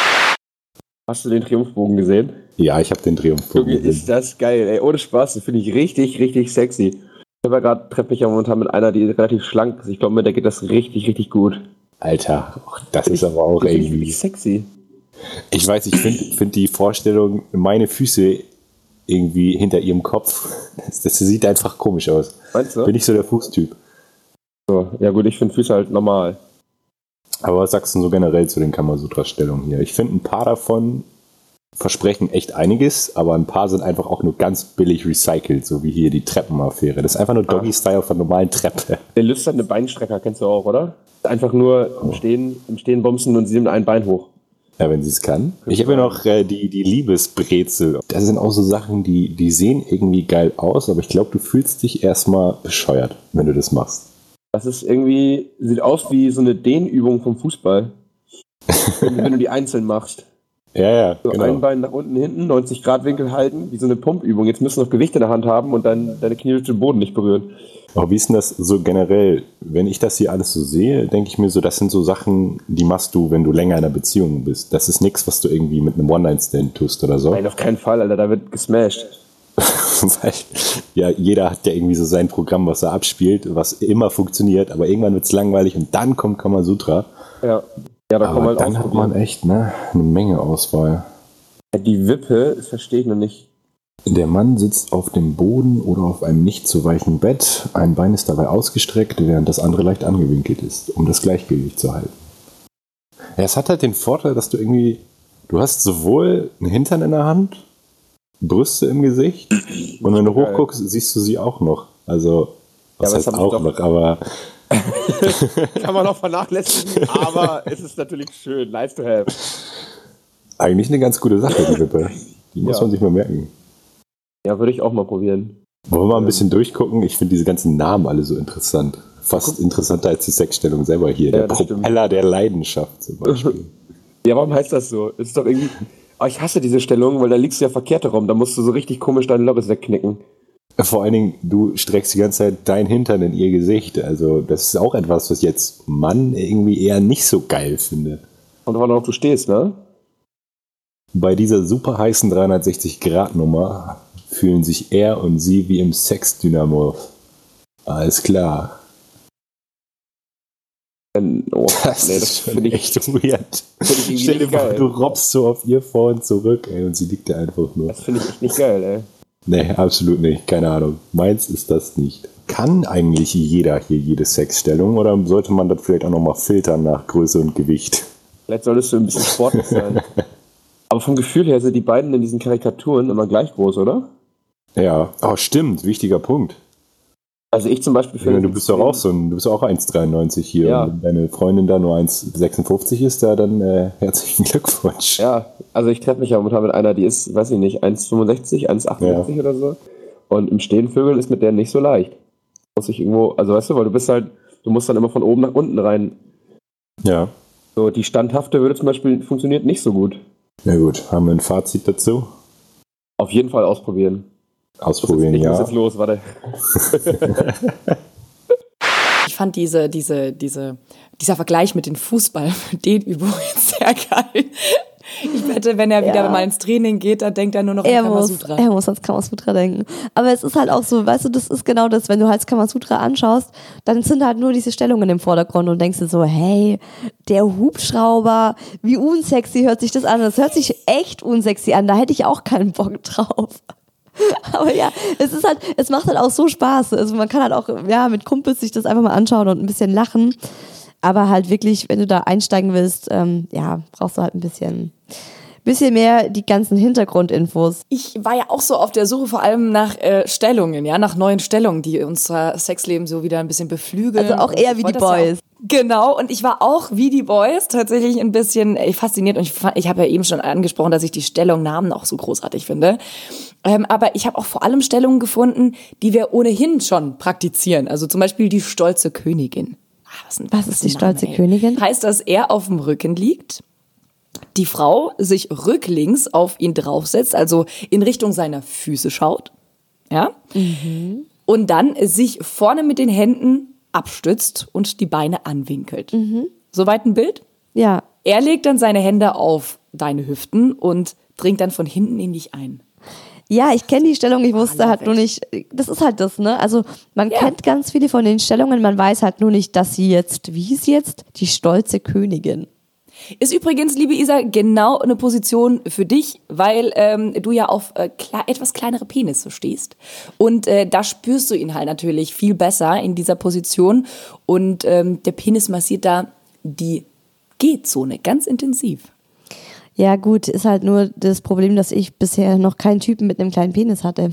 Hast du den Triumphbogen gesehen? Ja, ich habe den Triumphbogen gesehen. Ist das geil, ey. Ohne Spaß, das finde ich richtig, richtig sexy. Ich habe ja gerade, treffe mich ja momentan mit einer, die relativ schlank ist. Ich glaube, mit der geht das richtig, richtig gut. Alter, das find ist ich, aber auch das irgendwie... Ich sexy. Ich weiß, ich finde find die Vorstellung, meine Füße irgendwie hinter ihrem Kopf, das, das sieht einfach komisch aus. Meinst du? Bin ich so der Fußtyp. So, ja gut, ich finde Füße halt normal. Aber was sagst du so generell zu den Kamasutra-Stellungen hier? Ich finde, ein paar davon versprechen echt einiges, aber ein paar sind einfach auch nur ganz billig recycelt, so wie hier die Treppenaffäre. Das ist einfach nur Doggy-Style auf einer normalen Treppe. Der lüsterne Beinstrecker kennst du auch, oder? Einfach nur im Stehen, im Stehen bumsen und sie nimmt ein Bein hoch. Ja, wenn sie es kann. Ich habe ja noch äh, die, die Liebesbrezel. Das sind auch so Sachen, die, die sehen irgendwie geil aus, aber ich glaube, du fühlst dich erstmal bescheuert, wenn du das machst. Das ist irgendwie, sieht aus wie so eine Dehnübung vom Fußball. wenn, wenn du die einzeln machst. Ja, ja, so genau. Ein Bein nach unten, hinten, neunzig Grad Winkel halten, wie so eine Pumpübung. Jetzt müssen du noch Gewicht in der Hand haben und dann deine Knie den Boden nicht berühren. Aber wie ist denn das so generell? Wenn ich das hier alles so sehe, denke ich mir so, das sind so Sachen, die machst du, wenn du länger in einer Beziehung bist. Das ist nichts, was du irgendwie mit einem One-Night-Stand tust oder so. Nein, auf keinen Fall, Alter, da wird gesmashed. Weil, ja, jeder hat ja irgendwie so sein Programm, was er abspielt, was immer funktioniert, aber irgendwann wird es langweilig und dann kommt Kamasutra. Ja, ja da aber kann man dann hat man echt ne, eine Menge Auswahl. Die Wippe, das verstehe ich noch nicht. Der Mann sitzt auf dem Boden oder auf einem nicht zu weichen Bett. Ein Bein ist dabei ausgestreckt, während das andere leicht angewinkelt ist, um das Gleichgewicht zu halten. Ja, es hat halt den Vorteil, dass du irgendwie, du hast sowohl einen Hintern in der Hand, Brüste im Gesicht und wenn du hochguckst, siehst du sie auch noch. Also, was ja, heißt auch noch, aber... Kann man auch vernachlässigen, aber es ist natürlich schön, nice to have. Eigentlich eine ganz gute Sache, die Wippe. Die muss ja. man sich mal merken. Ja, würde ich auch mal probieren. Wollen wir mal ein bisschen durchgucken? Ich finde diese ganzen Namen alle so interessant. Fast interessanter als die Sexstellung selber hier. Ja, der Propeller stimmt. Der Leidenschaft zum Beispiel. Ja, warum heißt das so? Es ist doch irgendwie... Oh, ich hasse diese Stellung, weil da liegst du ja verkehrt herum. Da musst du so richtig komisch deinen Loris wegknicken. Vor allen Dingen, du streckst die ganze Zeit dein Hintern in ihr Gesicht. Also das ist auch etwas, was jetzt Mann irgendwie eher nicht so geil finde. Und woran auch du stehst, ne? Bei dieser super heißen dreihundertsechzig Grad Nummer fühlen sich er und sie wie im Sexdynamo. Alles klar. Oh, das, nee, das finde ich echt weird. Ich Stell dir vor, du robbst so auf ihr vor und zurück, ey, und sie liegt da einfach nur. Das finde ich echt nicht geil, ey. Nee, absolut nicht. Keine Ahnung. Meins ist das nicht. Kann eigentlich jeder hier jede Sexstellung oder sollte man das vielleicht auch nochmal filtern nach Größe und Gewicht? Vielleicht solltest du ein bisschen sportlich sein. Aber vom Gefühl her sind die beiden in diesen Karikaturen immer gleich groß, oder? Ja. Oh, stimmt. Wichtiger Punkt. Also ich zum Beispiel finde... Ja, du bist doch auch so ein, du bist auch eins Komma dreiundneunzig hier. Ja. Und wenn deine Freundin da nur eins Komma sechsundfünfzig ist, da dann äh, herzlichen Glückwunsch. Ja, also ich treffe mich ja momentan mit einer, die ist, weiß ich nicht, eins Komma fünfundsechzig, eins Komma achtundsiebzig ja. oder so. Und im Stehen vögeln ist mit der nicht so leicht. Muss ich irgendwo, also weißt du, weil du bist halt, du musst dann immer von oben nach unten rein. Ja. So, die standhafte würde zum Beispiel, funktioniert nicht so gut. Ja gut, haben wir ein Fazit dazu? Auf jeden Fall ausprobieren. Ausprobieren, ich ja. Ich muss jetzt los, warte. Ich fand diese, diese, diese, dieser Vergleich mit den Fußball-Dehnübungen sehr geil. Ich wette, wenn er wieder ja. mal ins Training geht, dann denkt er nur noch er an Kamasutra. Muss, er muss ans Kamasutra denken. Aber es ist halt auch so, weißt du, das ist genau das, wenn du halt das Kamasutra anschaust, dann sind halt nur diese Stellungen im Vordergrund und denkst dir so, hey, der Hubschrauber, wie unsexy hört sich das an? Das hört sich echt unsexy an, da hätte ich auch keinen Bock drauf. Aber ja, es ist halt, es macht halt auch so Spaß. Also man kann halt auch, ja, mit Kumpels sich das einfach mal anschauen und ein bisschen lachen. Aber halt wirklich, wenn du da einsteigen willst, ähm, ja, brauchst du halt ein bisschen, bisschen mehr die ganzen Hintergrundinfos. Ich war ja auch so auf der Suche vor allem nach äh, Stellungen, ja, nach neuen Stellungen, die unser Sexleben so wieder ein bisschen beflügeln. Also auch eher wie die Boys. Ja, genau, und ich war auch wie die Boys tatsächlich ein bisschen ey, fasziniert. Und ich, ich habe ja eben schon angesprochen, dass ich die Stellungnamen auch so großartig finde. Ähm, aber ich habe auch vor allem Stellungen gefunden, die wir ohnehin schon praktizieren. Also zum Beispiel die stolze Königin. Was, was ist die stolze Name, Königin? Heißt, dass er auf dem Rücken liegt, die Frau sich rücklings auf ihn draufsetzt, also in Richtung seiner Füße schaut. Ja? Mhm. Und dann sich vorne mit den Händen abstützt und die Beine anwinkelt. Mhm. Soweit ein Bild? Ja. Er legt dann seine Hände auf deine Hüften und dringt dann von hinten in dich ein. Ja, ich kenne die Stellung, ich wusste Ah, halt nur nicht, das ist halt das, ne? Also man Ja. kennt ganz viele von den Stellungen, man weiß halt nur nicht, dass sie jetzt, wie hieß sie jetzt? Die stolze Königin. Ist übrigens, liebe Isa, genau eine Position für dich, weil ähm, du ja auf äh, klar, etwas kleinere Penisse stehst. Und äh, da spürst du ihn halt natürlich viel besser in dieser Position. Und ähm, der Penis massiert da die G-Zone ganz intensiv. Ja gut, ist halt nur das Problem, dass ich bisher noch keinen Typen mit einem kleinen Penis hatte.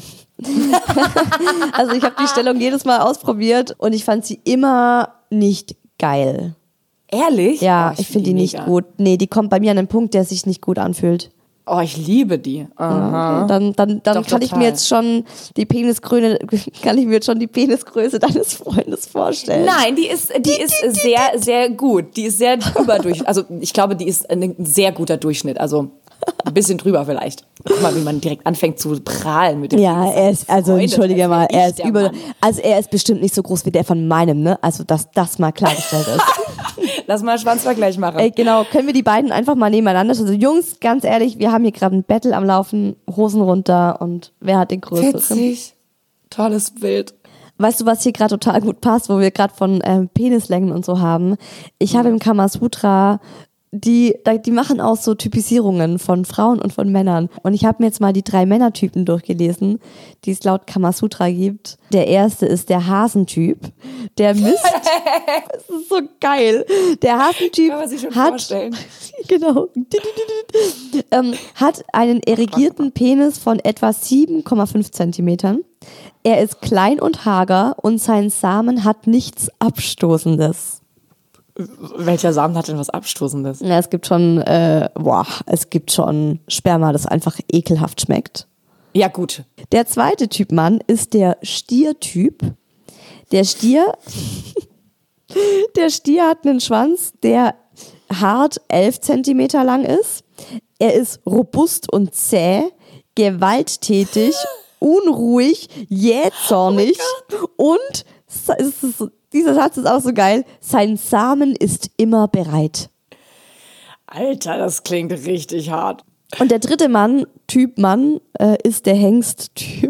Also ich habe die Stellung jedes Mal ausprobiert und ich fand sie immer nicht geil. Ehrlich? Ja, Oh, ich, find finde die nicht mega. gut. Nee, die kommt bei mir an einen Punkt, der sich nicht gut anfühlt. Oh, ich liebe die. Aha. Dann, dann, dann Doch, kann ich total. mir jetzt schon die Penisgröße, kann ich mir jetzt schon die Penisgröße deines Freundes vorstellen. Nein, die ist, die ist sehr, sehr gut. Die ist sehr überdurch. Also ich glaube, die ist ein sehr guter Durchschnitt. Also ein bisschen drüber vielleicht. Guck mal, wie man direkt anfängt zu prahlen mit dem Ja, Penis. er ist, also Freunde, entschuldige als mal, wär er ich ist der über, Mann. also er ist bestimmt nicht so groß wie der von meinem, ne? Also dass das mal klargestellt ist. Lass mal Schwanzvergleich machen. Ey, genau, können wir die beiden einfach mal nebeneinander? Also Jungs, ganz ehrlich, wir haben hier gerade ein Battle am Laufen, Hosen runter und wer hat den größeren? Witzig. Tolles Bild. Weißt du, was hier gerade total gut passt, wo wir gerade von ähm, Penislängen und so haben? Ich habe im Kamasutra, die, da- die machen auch so Typisierungen von Frauen und von Männern. Und ich habe mir jetzt mal die drei Männertypen durchgelesen, die es laut Kamasutra gibt. Der erste ist der Hasentyp. Der misst. Das ist so geil. Der Hasentyp Kann man sich schon hat, vorstellen. genau, ähm, hat einen erigierten Penis von etwa sieben Komma fünf Zentimetern. Er ist klein und hager und sein Samen hat nichts Abstoßendes. Welcher Samen hat denn was Abstoßendes? Ja, es gibt schon, äh, boah, es gibt schon Sperma, das einfach ekelhaft schmeckt. Ja, gut. Der zweite Typ Mann ist der Stiertyp. Der Stier, der Stier hat einen Schwanz, der hart elf Zentimeter lang ist. Er ist robust und zäh, gewalttätig, unruhig, jähzornig und es ist, dieser Satz ist auch so geil, sein Samen ist immer bereit. Alter, das klingt richtig hart. Und der dritte Mann, Typ Mann, äh, ist der Hengst-Typ.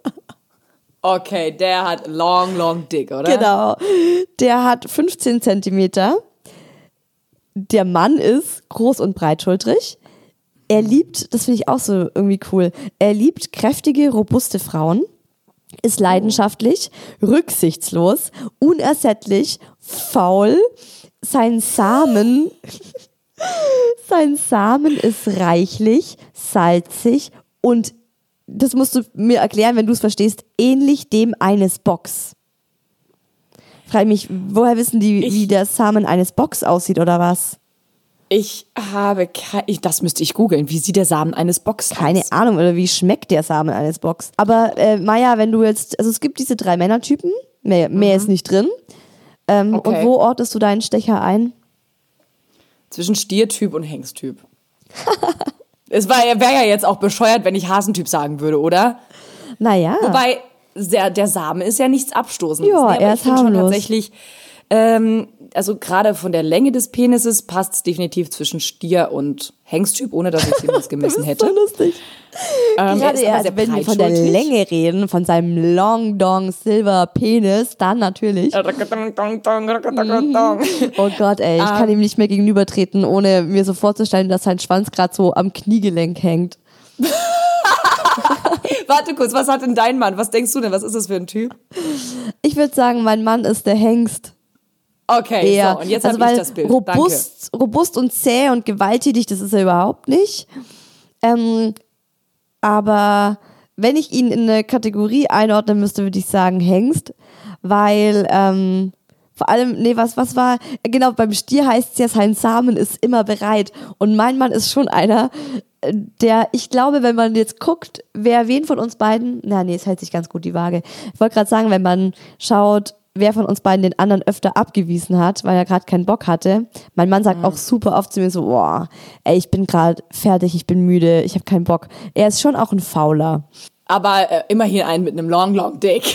Okay, der hat long, long dick, oder? Genau. Der hat fünfzehn Zentimeter. Der Mann ist groß und breitschultrig. Er liebt, das finde ich auch so irgendwie cool, er liebt kräftige, robuste Frauen, ist leidenschaftlich, rücksichtslos, unersättlich, faul, sein Samen, sein Samen ist reichlich, salzig und, das musst du mir erklären, wenn du es verstehst, ähnlich dem eines Bocks. Frage mich, woher wissen die, Ich- wie der Samen eines Bocks aussieht oder was? Ich habe keine, das müsste ich googeln. Wie sieht der Samen eines Bocks aus? Keine Ahnung, oder wie schmeckt der Samen eines Bocks? Aber äh, Maja, wenn du jetzt, also es gibt diese drei Männertypen, mehr, mehr ist nicht drin. Ähm, Okay. Und wo ortest du deinen Stecher ein? Zwischen Stiertyp und Hengsttyp. Es war, wäre ja jetzt auch bescheuert, wenn ich Hasentyp sagen würde, oder? Naja, Wobei, der, der Samen ist ja nichts Abstoßendes. Ja, ne? Aber er ich ist finde schon harmlos. tatsächlich, ähm, also gerade von der Länge des Penises passt es definitiv zwischen Stier und Hengsttyp, ohne dass ich jemals gemessen das ist hätte. so lustig. Ähm, Ich er hatte ist ja, aber also sehr wenn wir von der breitschultrig. Länge reden, von seinem Long Dong Silver Penis, dann natürlich. Oh Gott, ey, ich Ähm. kann ihm nicht mehr gegenübertreten, ohne mir so vorzustellen, dass sein Schwanz gerade so am Kniegelenk hängt. Warte kurz, was hat denn dein Mann? Was denkst du denn? Was ist das für ein Typ? Ich würde sagen, mein Mann ist der Hengst. Okay, eher. so, und jetzt also habe ich weil das Bild. Robust, robust und zäh und gewalttätig, das ist er überhaupt nicht. Ähm, aber wenn ich ihn in eine Kategorie einordnen müsste, würde ich sagen Hengst, weil ähm, vor allem, nee, was, was war, genau, beim Stier heißt es ja, sein Samen ist immer bereit. Und mein Mann ist schon einer, äh, der, ich glaube, wenn man jetzt guckt, wer wen von uns beiden, na nee, es hält sich ganz gut die Waage. Ich wollte gerade sagen, wenn man schaut, wer von uns beiden den anderen öfter abgewiesen hat, weil er gerade keinen Bock hatte. Mein Mann sagt auch super oft zu mir so, boah, ey, ich bin gerade fertig, ich bin müde, ich habe keinen Bock. Er ist schon auch ein Fauler. Aber äh, immerhin einen mit einem Long, Long Dick.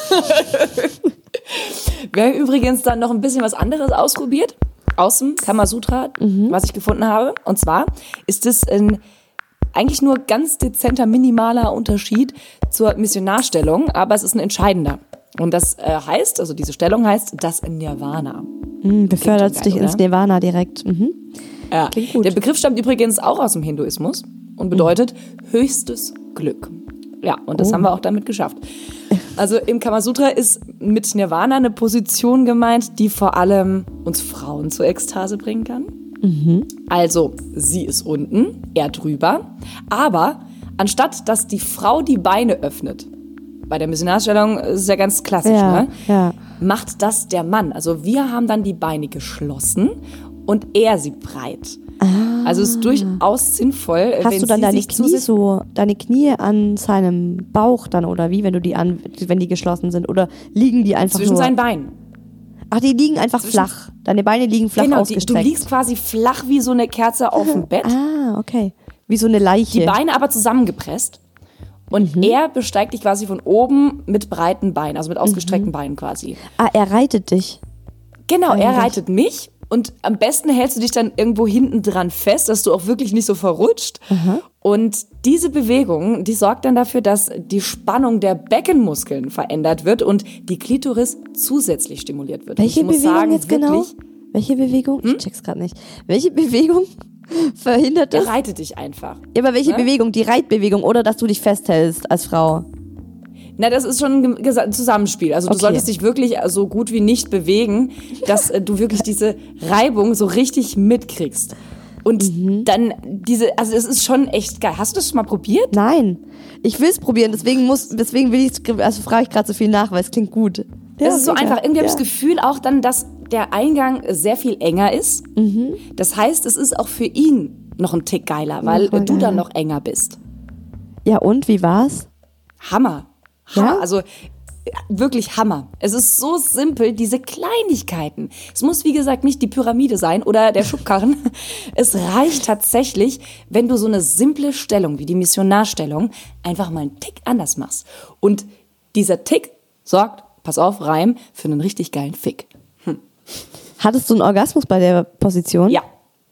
Wir haben übrigens dann noch ein bisschen was anderes ausprobiert aus dem Kamasutra, mhm. was ich gefunden habe. Und zwar ist es ein eigentlich nur ganz dezenter, minimaler Unterschied zur Missionarstellung, aber es ist ein entscheidender. Und das äh, heißt, also diese Stellung heißt das Nirvana. Mhm, befördert dich ins Nirvana direkt. Mhm. Ja. Klingt gut. Der Begriff stammt übrigens auch aus dem Hinduismus und bedeutet mhm. höchstes Glück. Ja, und das oh. haben wir auch damit geschafft. Also im Kamasutra ist mit Nirvana eine Position gemeint, die vor allem uns Frauen zur Ekstase bringen kann. Mhm. Also sie ist unten, er drüber. Aber anstatt, dass die Frau die Beine öffnet, bei der Missionarstellung ist es ja ganz klassisch, ja, ne? Ja. Macht das der Mann. Also wir haben dann die Beine geschlossen und er sie breit. Ah. Also es ist durchaus sinnvoll, Hast wenn du dann sie deine sich Knie so, deine Knie an seinem Bauch dann oder wie, wenn du die an, wenn die geschlossen sind oder liegen die einfach zwischen nur seinen Beinen. Ach, die liegen einfach zwischen flach. Deine Beine liegen flach genau, ausgestreckt. Genau, du liegst quasi flach wie so eine Kerze auf dem Bett. Ah, okay. Wie so eine Leiche. Die Beine aber zusammengepresst. Und mhm. er besteigt dich quasi von oben mit breiten Beinen, also mit ausgestreckten mhm. Beinen quasi. Ah, er reitet dich. Genau, Eigentlich. er reitet mich. Und am besten hältst du dich dann irgendwo hinten dran fest, dass du auch wirklich nicht so verrutscht. Mhm. Und diese Bewegung, die sorgt dann dafür, dass die Spannung der Beckenmuskeln verändert wird und die Klitoris zusätzlich stimuliert wird. Welche ich muss Bewegung sagen, jetzt wirklich, genau? Welche Bewegung? Hm? Ich check's gerade nicht. Welche Bewegung verhindert das? Er reitet dich einfach. Ja, aber welche ne? Bewegung? Die Reitbewegung oder dass du dich festhältst als Frau? Na, das ist schon ein Zusammenspiel. Also du Okay. solltest dich wirklich so gut wie nicht bewegen, dass äh, du wirklich diese Reibung so richtig mitkriegst. Und mhm. dann diese, also es ist schon echt geil. Hast du das schon mal probiert? Nein, ich will es probieren. Deswegen muss, deswegen will ich, also frage ich gerade so viel nach, weil es klingt gut. Es Ja, ist so mega. einfach. Irgendwie habe ich Ja. das Gefühl auch dann, dass der Eingang sehr viel enger ist. Mhm. Das heißt, es ist auch für ihn noch ein Tick geiler, weil voll du geil. dann noch enger bist. Ja, und wie war's? Hammer. Hammer. Ja? Also wirklich Hammer. Es ist so simpel, diese Kleinigkeiten. Es muss, wie gesagt, nicht die Pyramide sein oder der Schubkarren. Es reicht tatsächlich, wenn du so eine simple Stellung wie die Missionarstellung einfach mal einen Tick anders machst. Und dieser Tick sorgt, pass auf, Reim, für einen richtig geilen Fick. Hm. Hattest du einen Orgasmus bei der Position? Ja.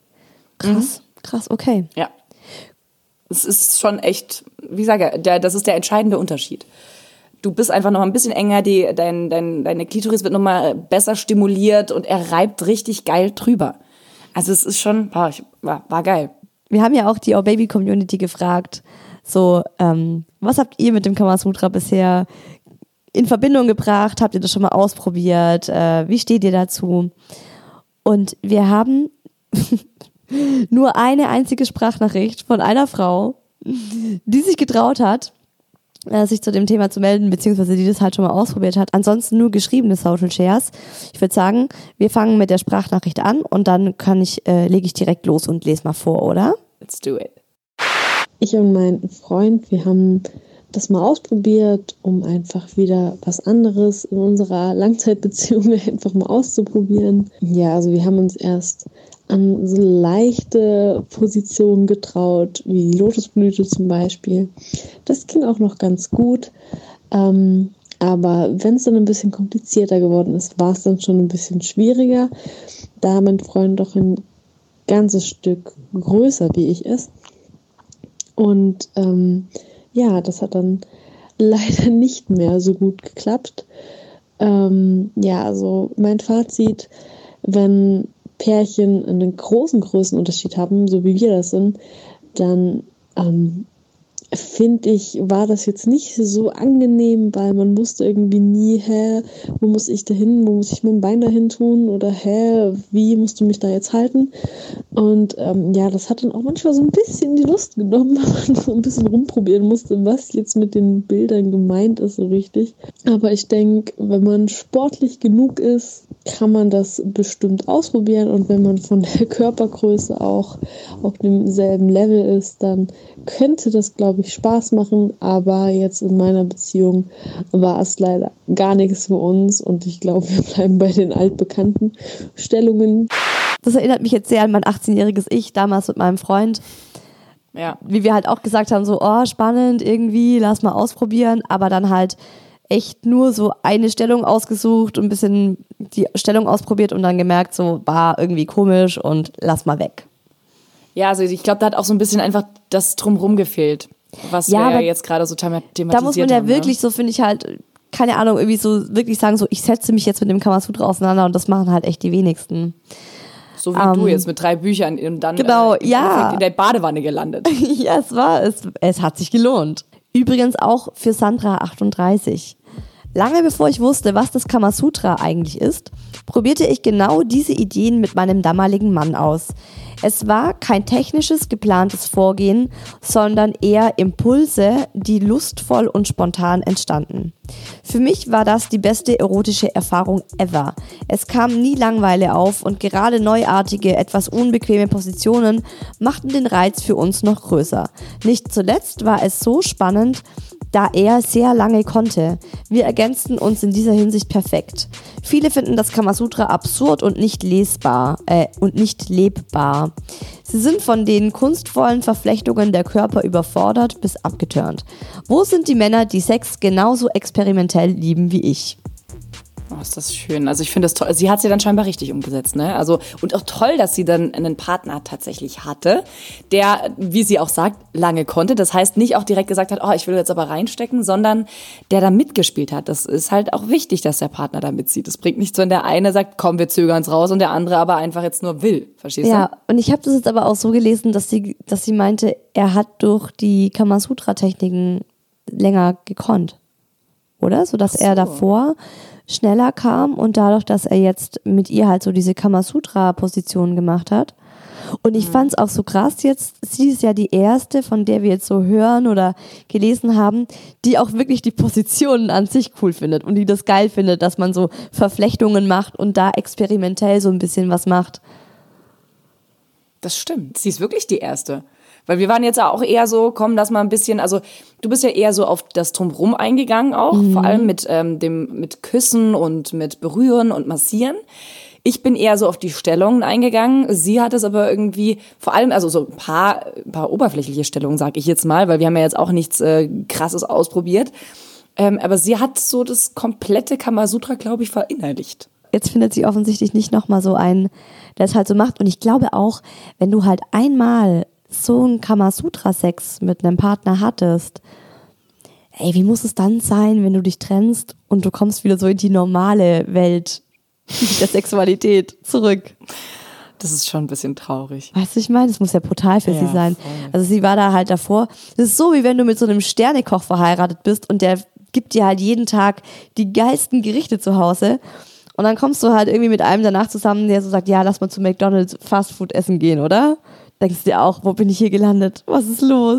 Krass, krass, okay. Ja. Es ist schon echt, wie ich sage, der, das ist der entscheidende Unterschied. Du bist einfach noch ein bisschen enger, die, dein, dein, deine Klitoris wird noch mal besser stimuliert und er reibt richtig geil drüber. Also es ist schon, boah, ich, war, war geil. Wir haben ja auch die Our Baby Community gefragt, so, ähm, was habt ihr mit dem Kamasutra bisher in Verbindung gebracht? Habt ihr das schon mal ausprobiert? Äh, wie steht ihr dazu? Und wir haben nur eine einzige Sprachnachricht von einer Frau, die sich getraut hat, sich zu dem Thema zu melden, beziehungsweise die das halt schon mal ausprobiert hat. Ansonsten nur geschriebene Social Shares. Ich würde sagen, wir fangen mit der Sprachnachricht an und dann kann ich, äh, lege ich direkt los und lese mal vor, oder? Let's do it. Ich und mein Freund, wir haben das mal ausprobiert, um einfach wieder was anderes in unserer Langzeitbeziehung einfach mal auszuprobieren. Ja, also wir haben uns erst an so leichte Positionen getraut, wie die Lotusblüte zum Beispiel. Das ging auch noch ganz gut. Ähm, aber wenn es dann ein bisschen komplizierter geworden ist, war es dann schon ein bisschen schwieriger, da mein Freund doch ein ganzes Stück größer wie ich ist. Und ähm, ja, das hat dann leider nicht mehr so gut geklappt. Ähm, ja, also mein Fazit, wenn Pärchen einen großen Größenunterschied haben, so wie wir das sind, dann ähm, finde ich, war das jetzt nicht so angenehm, weil man wusste irgendwie nie, hä, wo muss ich da hin, wo muss ich mein Bein dahin tun oder hä, wie musst du mich da jetzt halten? Und ähm, ja, das hat dann auch manchmal so ein bisschen die Lust genommen, weil man so ein bisschen rumprobieren musste, was jetzt mit den Bildern gemeint ist so richtig. Aber ich denke, wenn man sportlich genug ist, kann man das bestimmt ausprobieren und wenn man von der Körpergröße auch auf demselben Level ist, dann könnte das, glaube ich, Spaß machen, aber jetzt in meiner Beziehung war es leider gar nichts für uns und ich glaube, wir bleiben bei den altbekannten Stellungen. Das erinnert mich jetzt sehr an mein achtzehnjähriges Ich, damals mit meinem Freund. Ja. Wie wir halt auch gesagt haben, so, oh, spannend irgendwie, lass mal ausprobieren, aber dann halt echt nur so eine Stellung ausgesucht und ein bisschen die Stellung ausprobiert und dann gemerkt, so, war irgendwie komisch und lass mal weg. Ja, also ich glaube, da hat auch so ein bisschen einfach das Drumherum gefehlt, was Ja, wir ja aber jetzt gerade so thematisiert haben. Da muss man ja haben, wirklich ne? so, finde ich halt, keine Ahnung, irgendwie so wirklich sagen, so, ich setze mich jetzt mit dem Kamasutra auseinander und das machen halt echt die wenigsten. So wie Ähm, du jetzt mit drei Büchern und dann genau, äh, im ja. Endeffekt in der Badewanne gelandet. Ja, es war, es, es hat sich gelohnt. Übrigens auch für Sandra achtunddreißig. Lange bevor ich wusste, was das Kamasutra eigentlich ist, probierte ich genau diese Ideen mit meinem damaligen Mann aus. Es war kein technisches, geplantes Vorgehen, sondern eher Impulse, die lustvoll und spontan entstanden. Für mich war das die beste erotische Erfahrung ever. Es kam nie Langeweile auf und gerade neuartige, etwas unbequeme Positionen machten den Reiz für uns noch größer. Nicht zuletzt war es so spannend, da er sehr lange konnte. Wir ergänzten uns in dieser Hinsicht perfekt. Viele finden das Kamasutra absurd und nicht lesbar äh, und nicht lebbar. Sie sind von den kunstvollen Verflechtungen der Körper überfordert bis abgeturnt. Wo sind die Männer, die Sex genauso experimentell lieben wie ich? Oh, ist das schön. Also ich finde das toll. Sie hat sie dann scheinbar richtig umgesetzt, ne? Also und auch toll, dass sie dann einen Partner tatsächlich hatte, der, wie sie auch sagt, lange konnte. Das heißt, nicht auch direkt gesagt hat, oh, ich will jetzt aber reinstecken, sondern der da mitgespielt hat. Das ist halt auch wichtig, dass der Partner da mitzieht. Das bringt nichts, wenn der eine sagt, komm, wir zögern's raus und der andere aber einfach jetzt nur will. Verstehst du? Ja, und ich habe das jetzt aber auch so gelesen, dass sie, dass sie meinte, er hat durch die Kamasutra-Techniken länger gekonnt. Oder? So dass Ach so. er davor schneller kam und dadurch, dass er jetzt mit ihr halt so diese Kamasutra-Position gemacht hat. Und ich mhm. fand es auch so krass jetzt, sie ist ja die erste, von der wir jetzt so hören oder gelesen haben, die auch wirklich die Positionen an sich cool findet und die das geil findet, dass man so Verflechtungen macht und da experimentell so ein bisschen was macht. Das stimmt. Sie ist wirklich die Erste. Weil wir waren jetzt auch eher so, komm, lass mal ein bisschen, also du bist ja eher so auf das Drumherum eingegangen auch, mhm. vor allem mit ähm, dem mit Küssen und mit Berühren und Massieren. Ich bin eher so auf die Stellungen eingegangen. Sie hat es aber irgendwie, vor allem, also so ein paar, ein paar oberflächliche Stellungen, sag ich jetzt mal, weil wir haben ja jetzt auch nichts äh, Krasses ausprobiert. Ähm, aber sie hat so das komplette Kamasutra, glaube ich, verinnerlicht. Jetzt findet sie offensichtlich nicht nochmal so einen, der es halt so macht. Und ich glaube auch, wenn du halt einmal so einen Kamasutra-Sex mit einem Partner hattest, ey, wie muss es dann sein, wenn du dich trennst und du kommst wieder so in die normale Welt der Sexualität zurück? Das ist schon ein bisschen traurig. Weißt du, ich meine, das muss ja brutal für ja, sie sein. Voll. Also sie war da halt davor. Das ist so, wie wenn du mit so einem Sternekoch verheiratet bist und der gibt dir halt jeden Tag die geilsten Gerichte zu Hause. Und dann kommst du halt irgendwie mit einem danach zusammen, der so sagt, ja, lass mal zu McDonald's Fastfood essen gehen, oder? Denkst du dir auch, wo bin ich hier gelandet? Was ist los?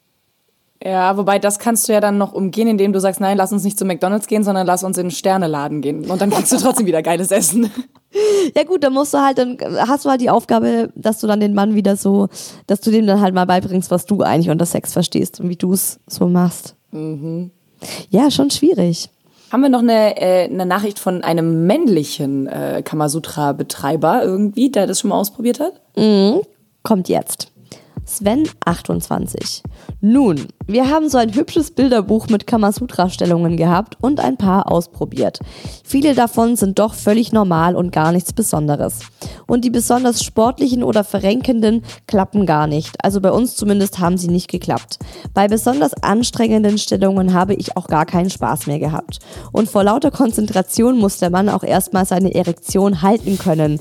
Ja, wobei das kannst du ja dann noch umgehen, indem du sagst, nein, lass uns nicht zu McDonald's gehen, sondern lass uns in einen Sterneladen gehen. Und dann kriegst du trotzdem wieder geiles Essen. Ja gut, dann musst du halt, dann hast du halt die Aufgabe, dass du dann den Mann wieder so, dass du dem dann halt mal beibringst, was du eigentlich unter Sex verstehst und wie du es so machst. Mhm. Ja, schon schwierig. Haben wir noch eine, äh, eine Nachricht von einem männlichen äh, Kamasutra-Betreiber irgendwie, der das schon mal ausprobiert hat? Mhm. Kommt jetzt. Sven achtundzwanzig. Nun, wir haben so ein hübsches Bilderbuch mit Kamasutra-Stellungen gehabt und ein paar ausprobiert. Viele davon sind doch völlig normal und gar nichts Besonderes. Und die besonders sportlichen oder verrenkenden klappen gar nicht. Also bei uns zumindest haben sie nicht geklappt. Bei besonders anstrengenden Stellungen habe ich auch gar keinen Spaß mehr gehabt. Und vor lauter Konzentration muss der Mann auch erstmal seine Erektion halten können.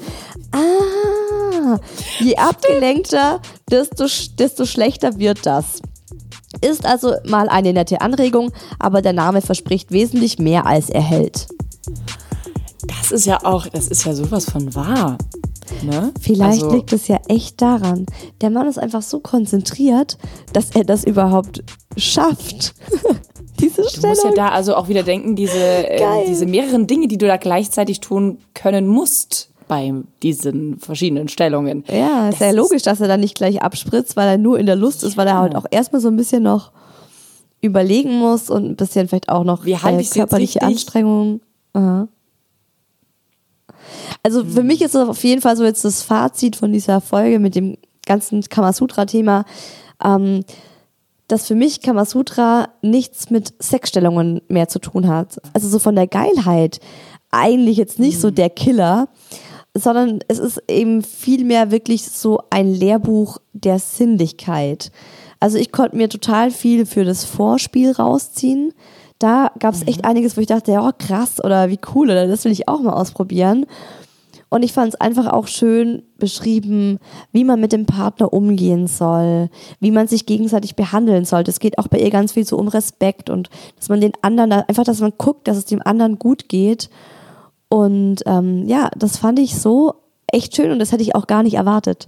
Ah, je abgelenkter, desto, desto schlechter wird das. Ist also mal eine nette Anregung, aber der Name verspricht wesentlich mehr, als er hält. Das ist ja auch, das ist ja sowas von wahr. Ne? Vielleicht also, liegt es ja echt daran. Der Mann ist einfach so konzentriert, dass er das überhaupt schafft. Diese du Stellung. musst ja da also auch wieder denken, diese, äh, diese mehreren Dinge, die du da gleichzeitig tun können musst bei diesen verschiedenen Stellungen. Ja, ist das ja logisch, dass er dann nicht gleich abspritzt, weil er nur in der Lust ist, weil er halt auch erstmal so ein bisschen noch überlegen muss und ein bisschen vielleicht auch noch Wie halte äh, ich's jetzt körperliche richtig? Anstrengungen. Aha. Also für mich ist das auf jeden Fall so jetzt das Fazit von dieser Folge mit dem ganzen Kamasutra-Thema. ähm, dass für mich Kamasutra nichts mit Sexstellungen mehr zu tun hat. Also so von der Geilheit eigentlich jetzt nicht so der Killer, sondern es ist eben vielmehr wirklich so ein Lehrbuch der Sinnlichkeit. Also ich konnte mir total viel für das Vorspiel rausziehen. Da gab es echt einiges, wo ich dachte, ja krass oder wie cool oder das will ich auch mal ausprobieren. Und ich fand es einfach auch schön beschrieben, wie man mit dem Partner umgehen soll, wie man sich gegenseitig behandeln sollte. Es geht auch bei ihr ganz viel so um Respekt und dass man den anderen, einfach, dass man guckt, dass es dem anderen gut geht. Und ähm, ja, das fand ich so echt schön und das hätte ich auch gar nicht erwartet.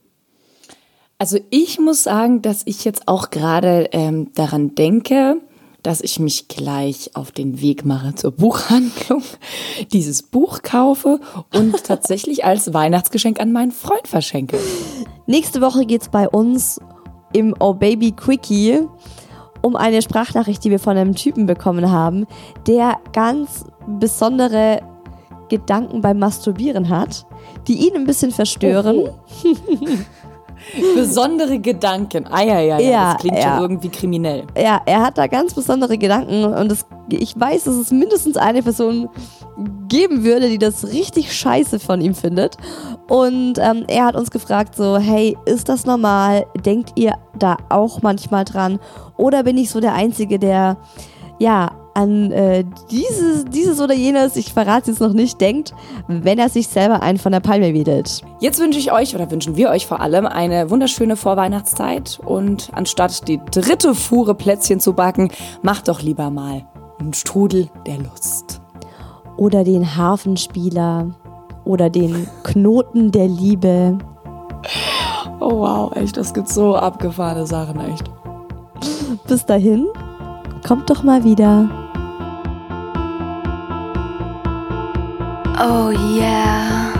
Also ich muss sagen, dass ich jetzt auch gerade ähm, daran denke, dass ich mich gleich auf den Weg mache zur Buchhandlung, dieses Buch kaufe und tatsächlich als Weihnachtsgeschenk an meinen Freund verschenke. Nächste Woche geht's bei uns im Oh Baby Quickie um eine Sprachnachricht, die wir von einem Typen bekommen haben, der ganz besondere Gedanken beim Masturbieren hat, die ihn ein bisschen verstören. Besondere Gedanken. Ah ja, ja, ja, Ja, das klingt ja. schon irgendwie kriminell. Ja, er hat da ganz besondere Gedanken und das, ich weiß, dass es mindestens eine Person geben würde, die das richtig scheiße von ihm findet. Und ähm, er hat uns gefragt so, hey, ist das normal? Denkt ihr da auch manchmal dran? Oder bin ich so der Einzige, der ja an äh, dieses, dieses oder jenes, ich verrate es jetzt noch nicht, denkt, wenn er sich selber einen von der Palme wedelt? Jetzt wünsche ich euch, oder wünschen wir euch vor allem, eine wunderschöne Vorweihnachtszeit. Und anstatt die dritte Fuhre Plätzchen zu backen, macht doch lieber mal einen Strudel der Lust. Oder den Harfenspieler oder den Knoten der Liebe. Oh wow, echt, das gibt so abgefahrene Sachen, echt. Bis dahin, kommt doch mal wieder. Oh yeah.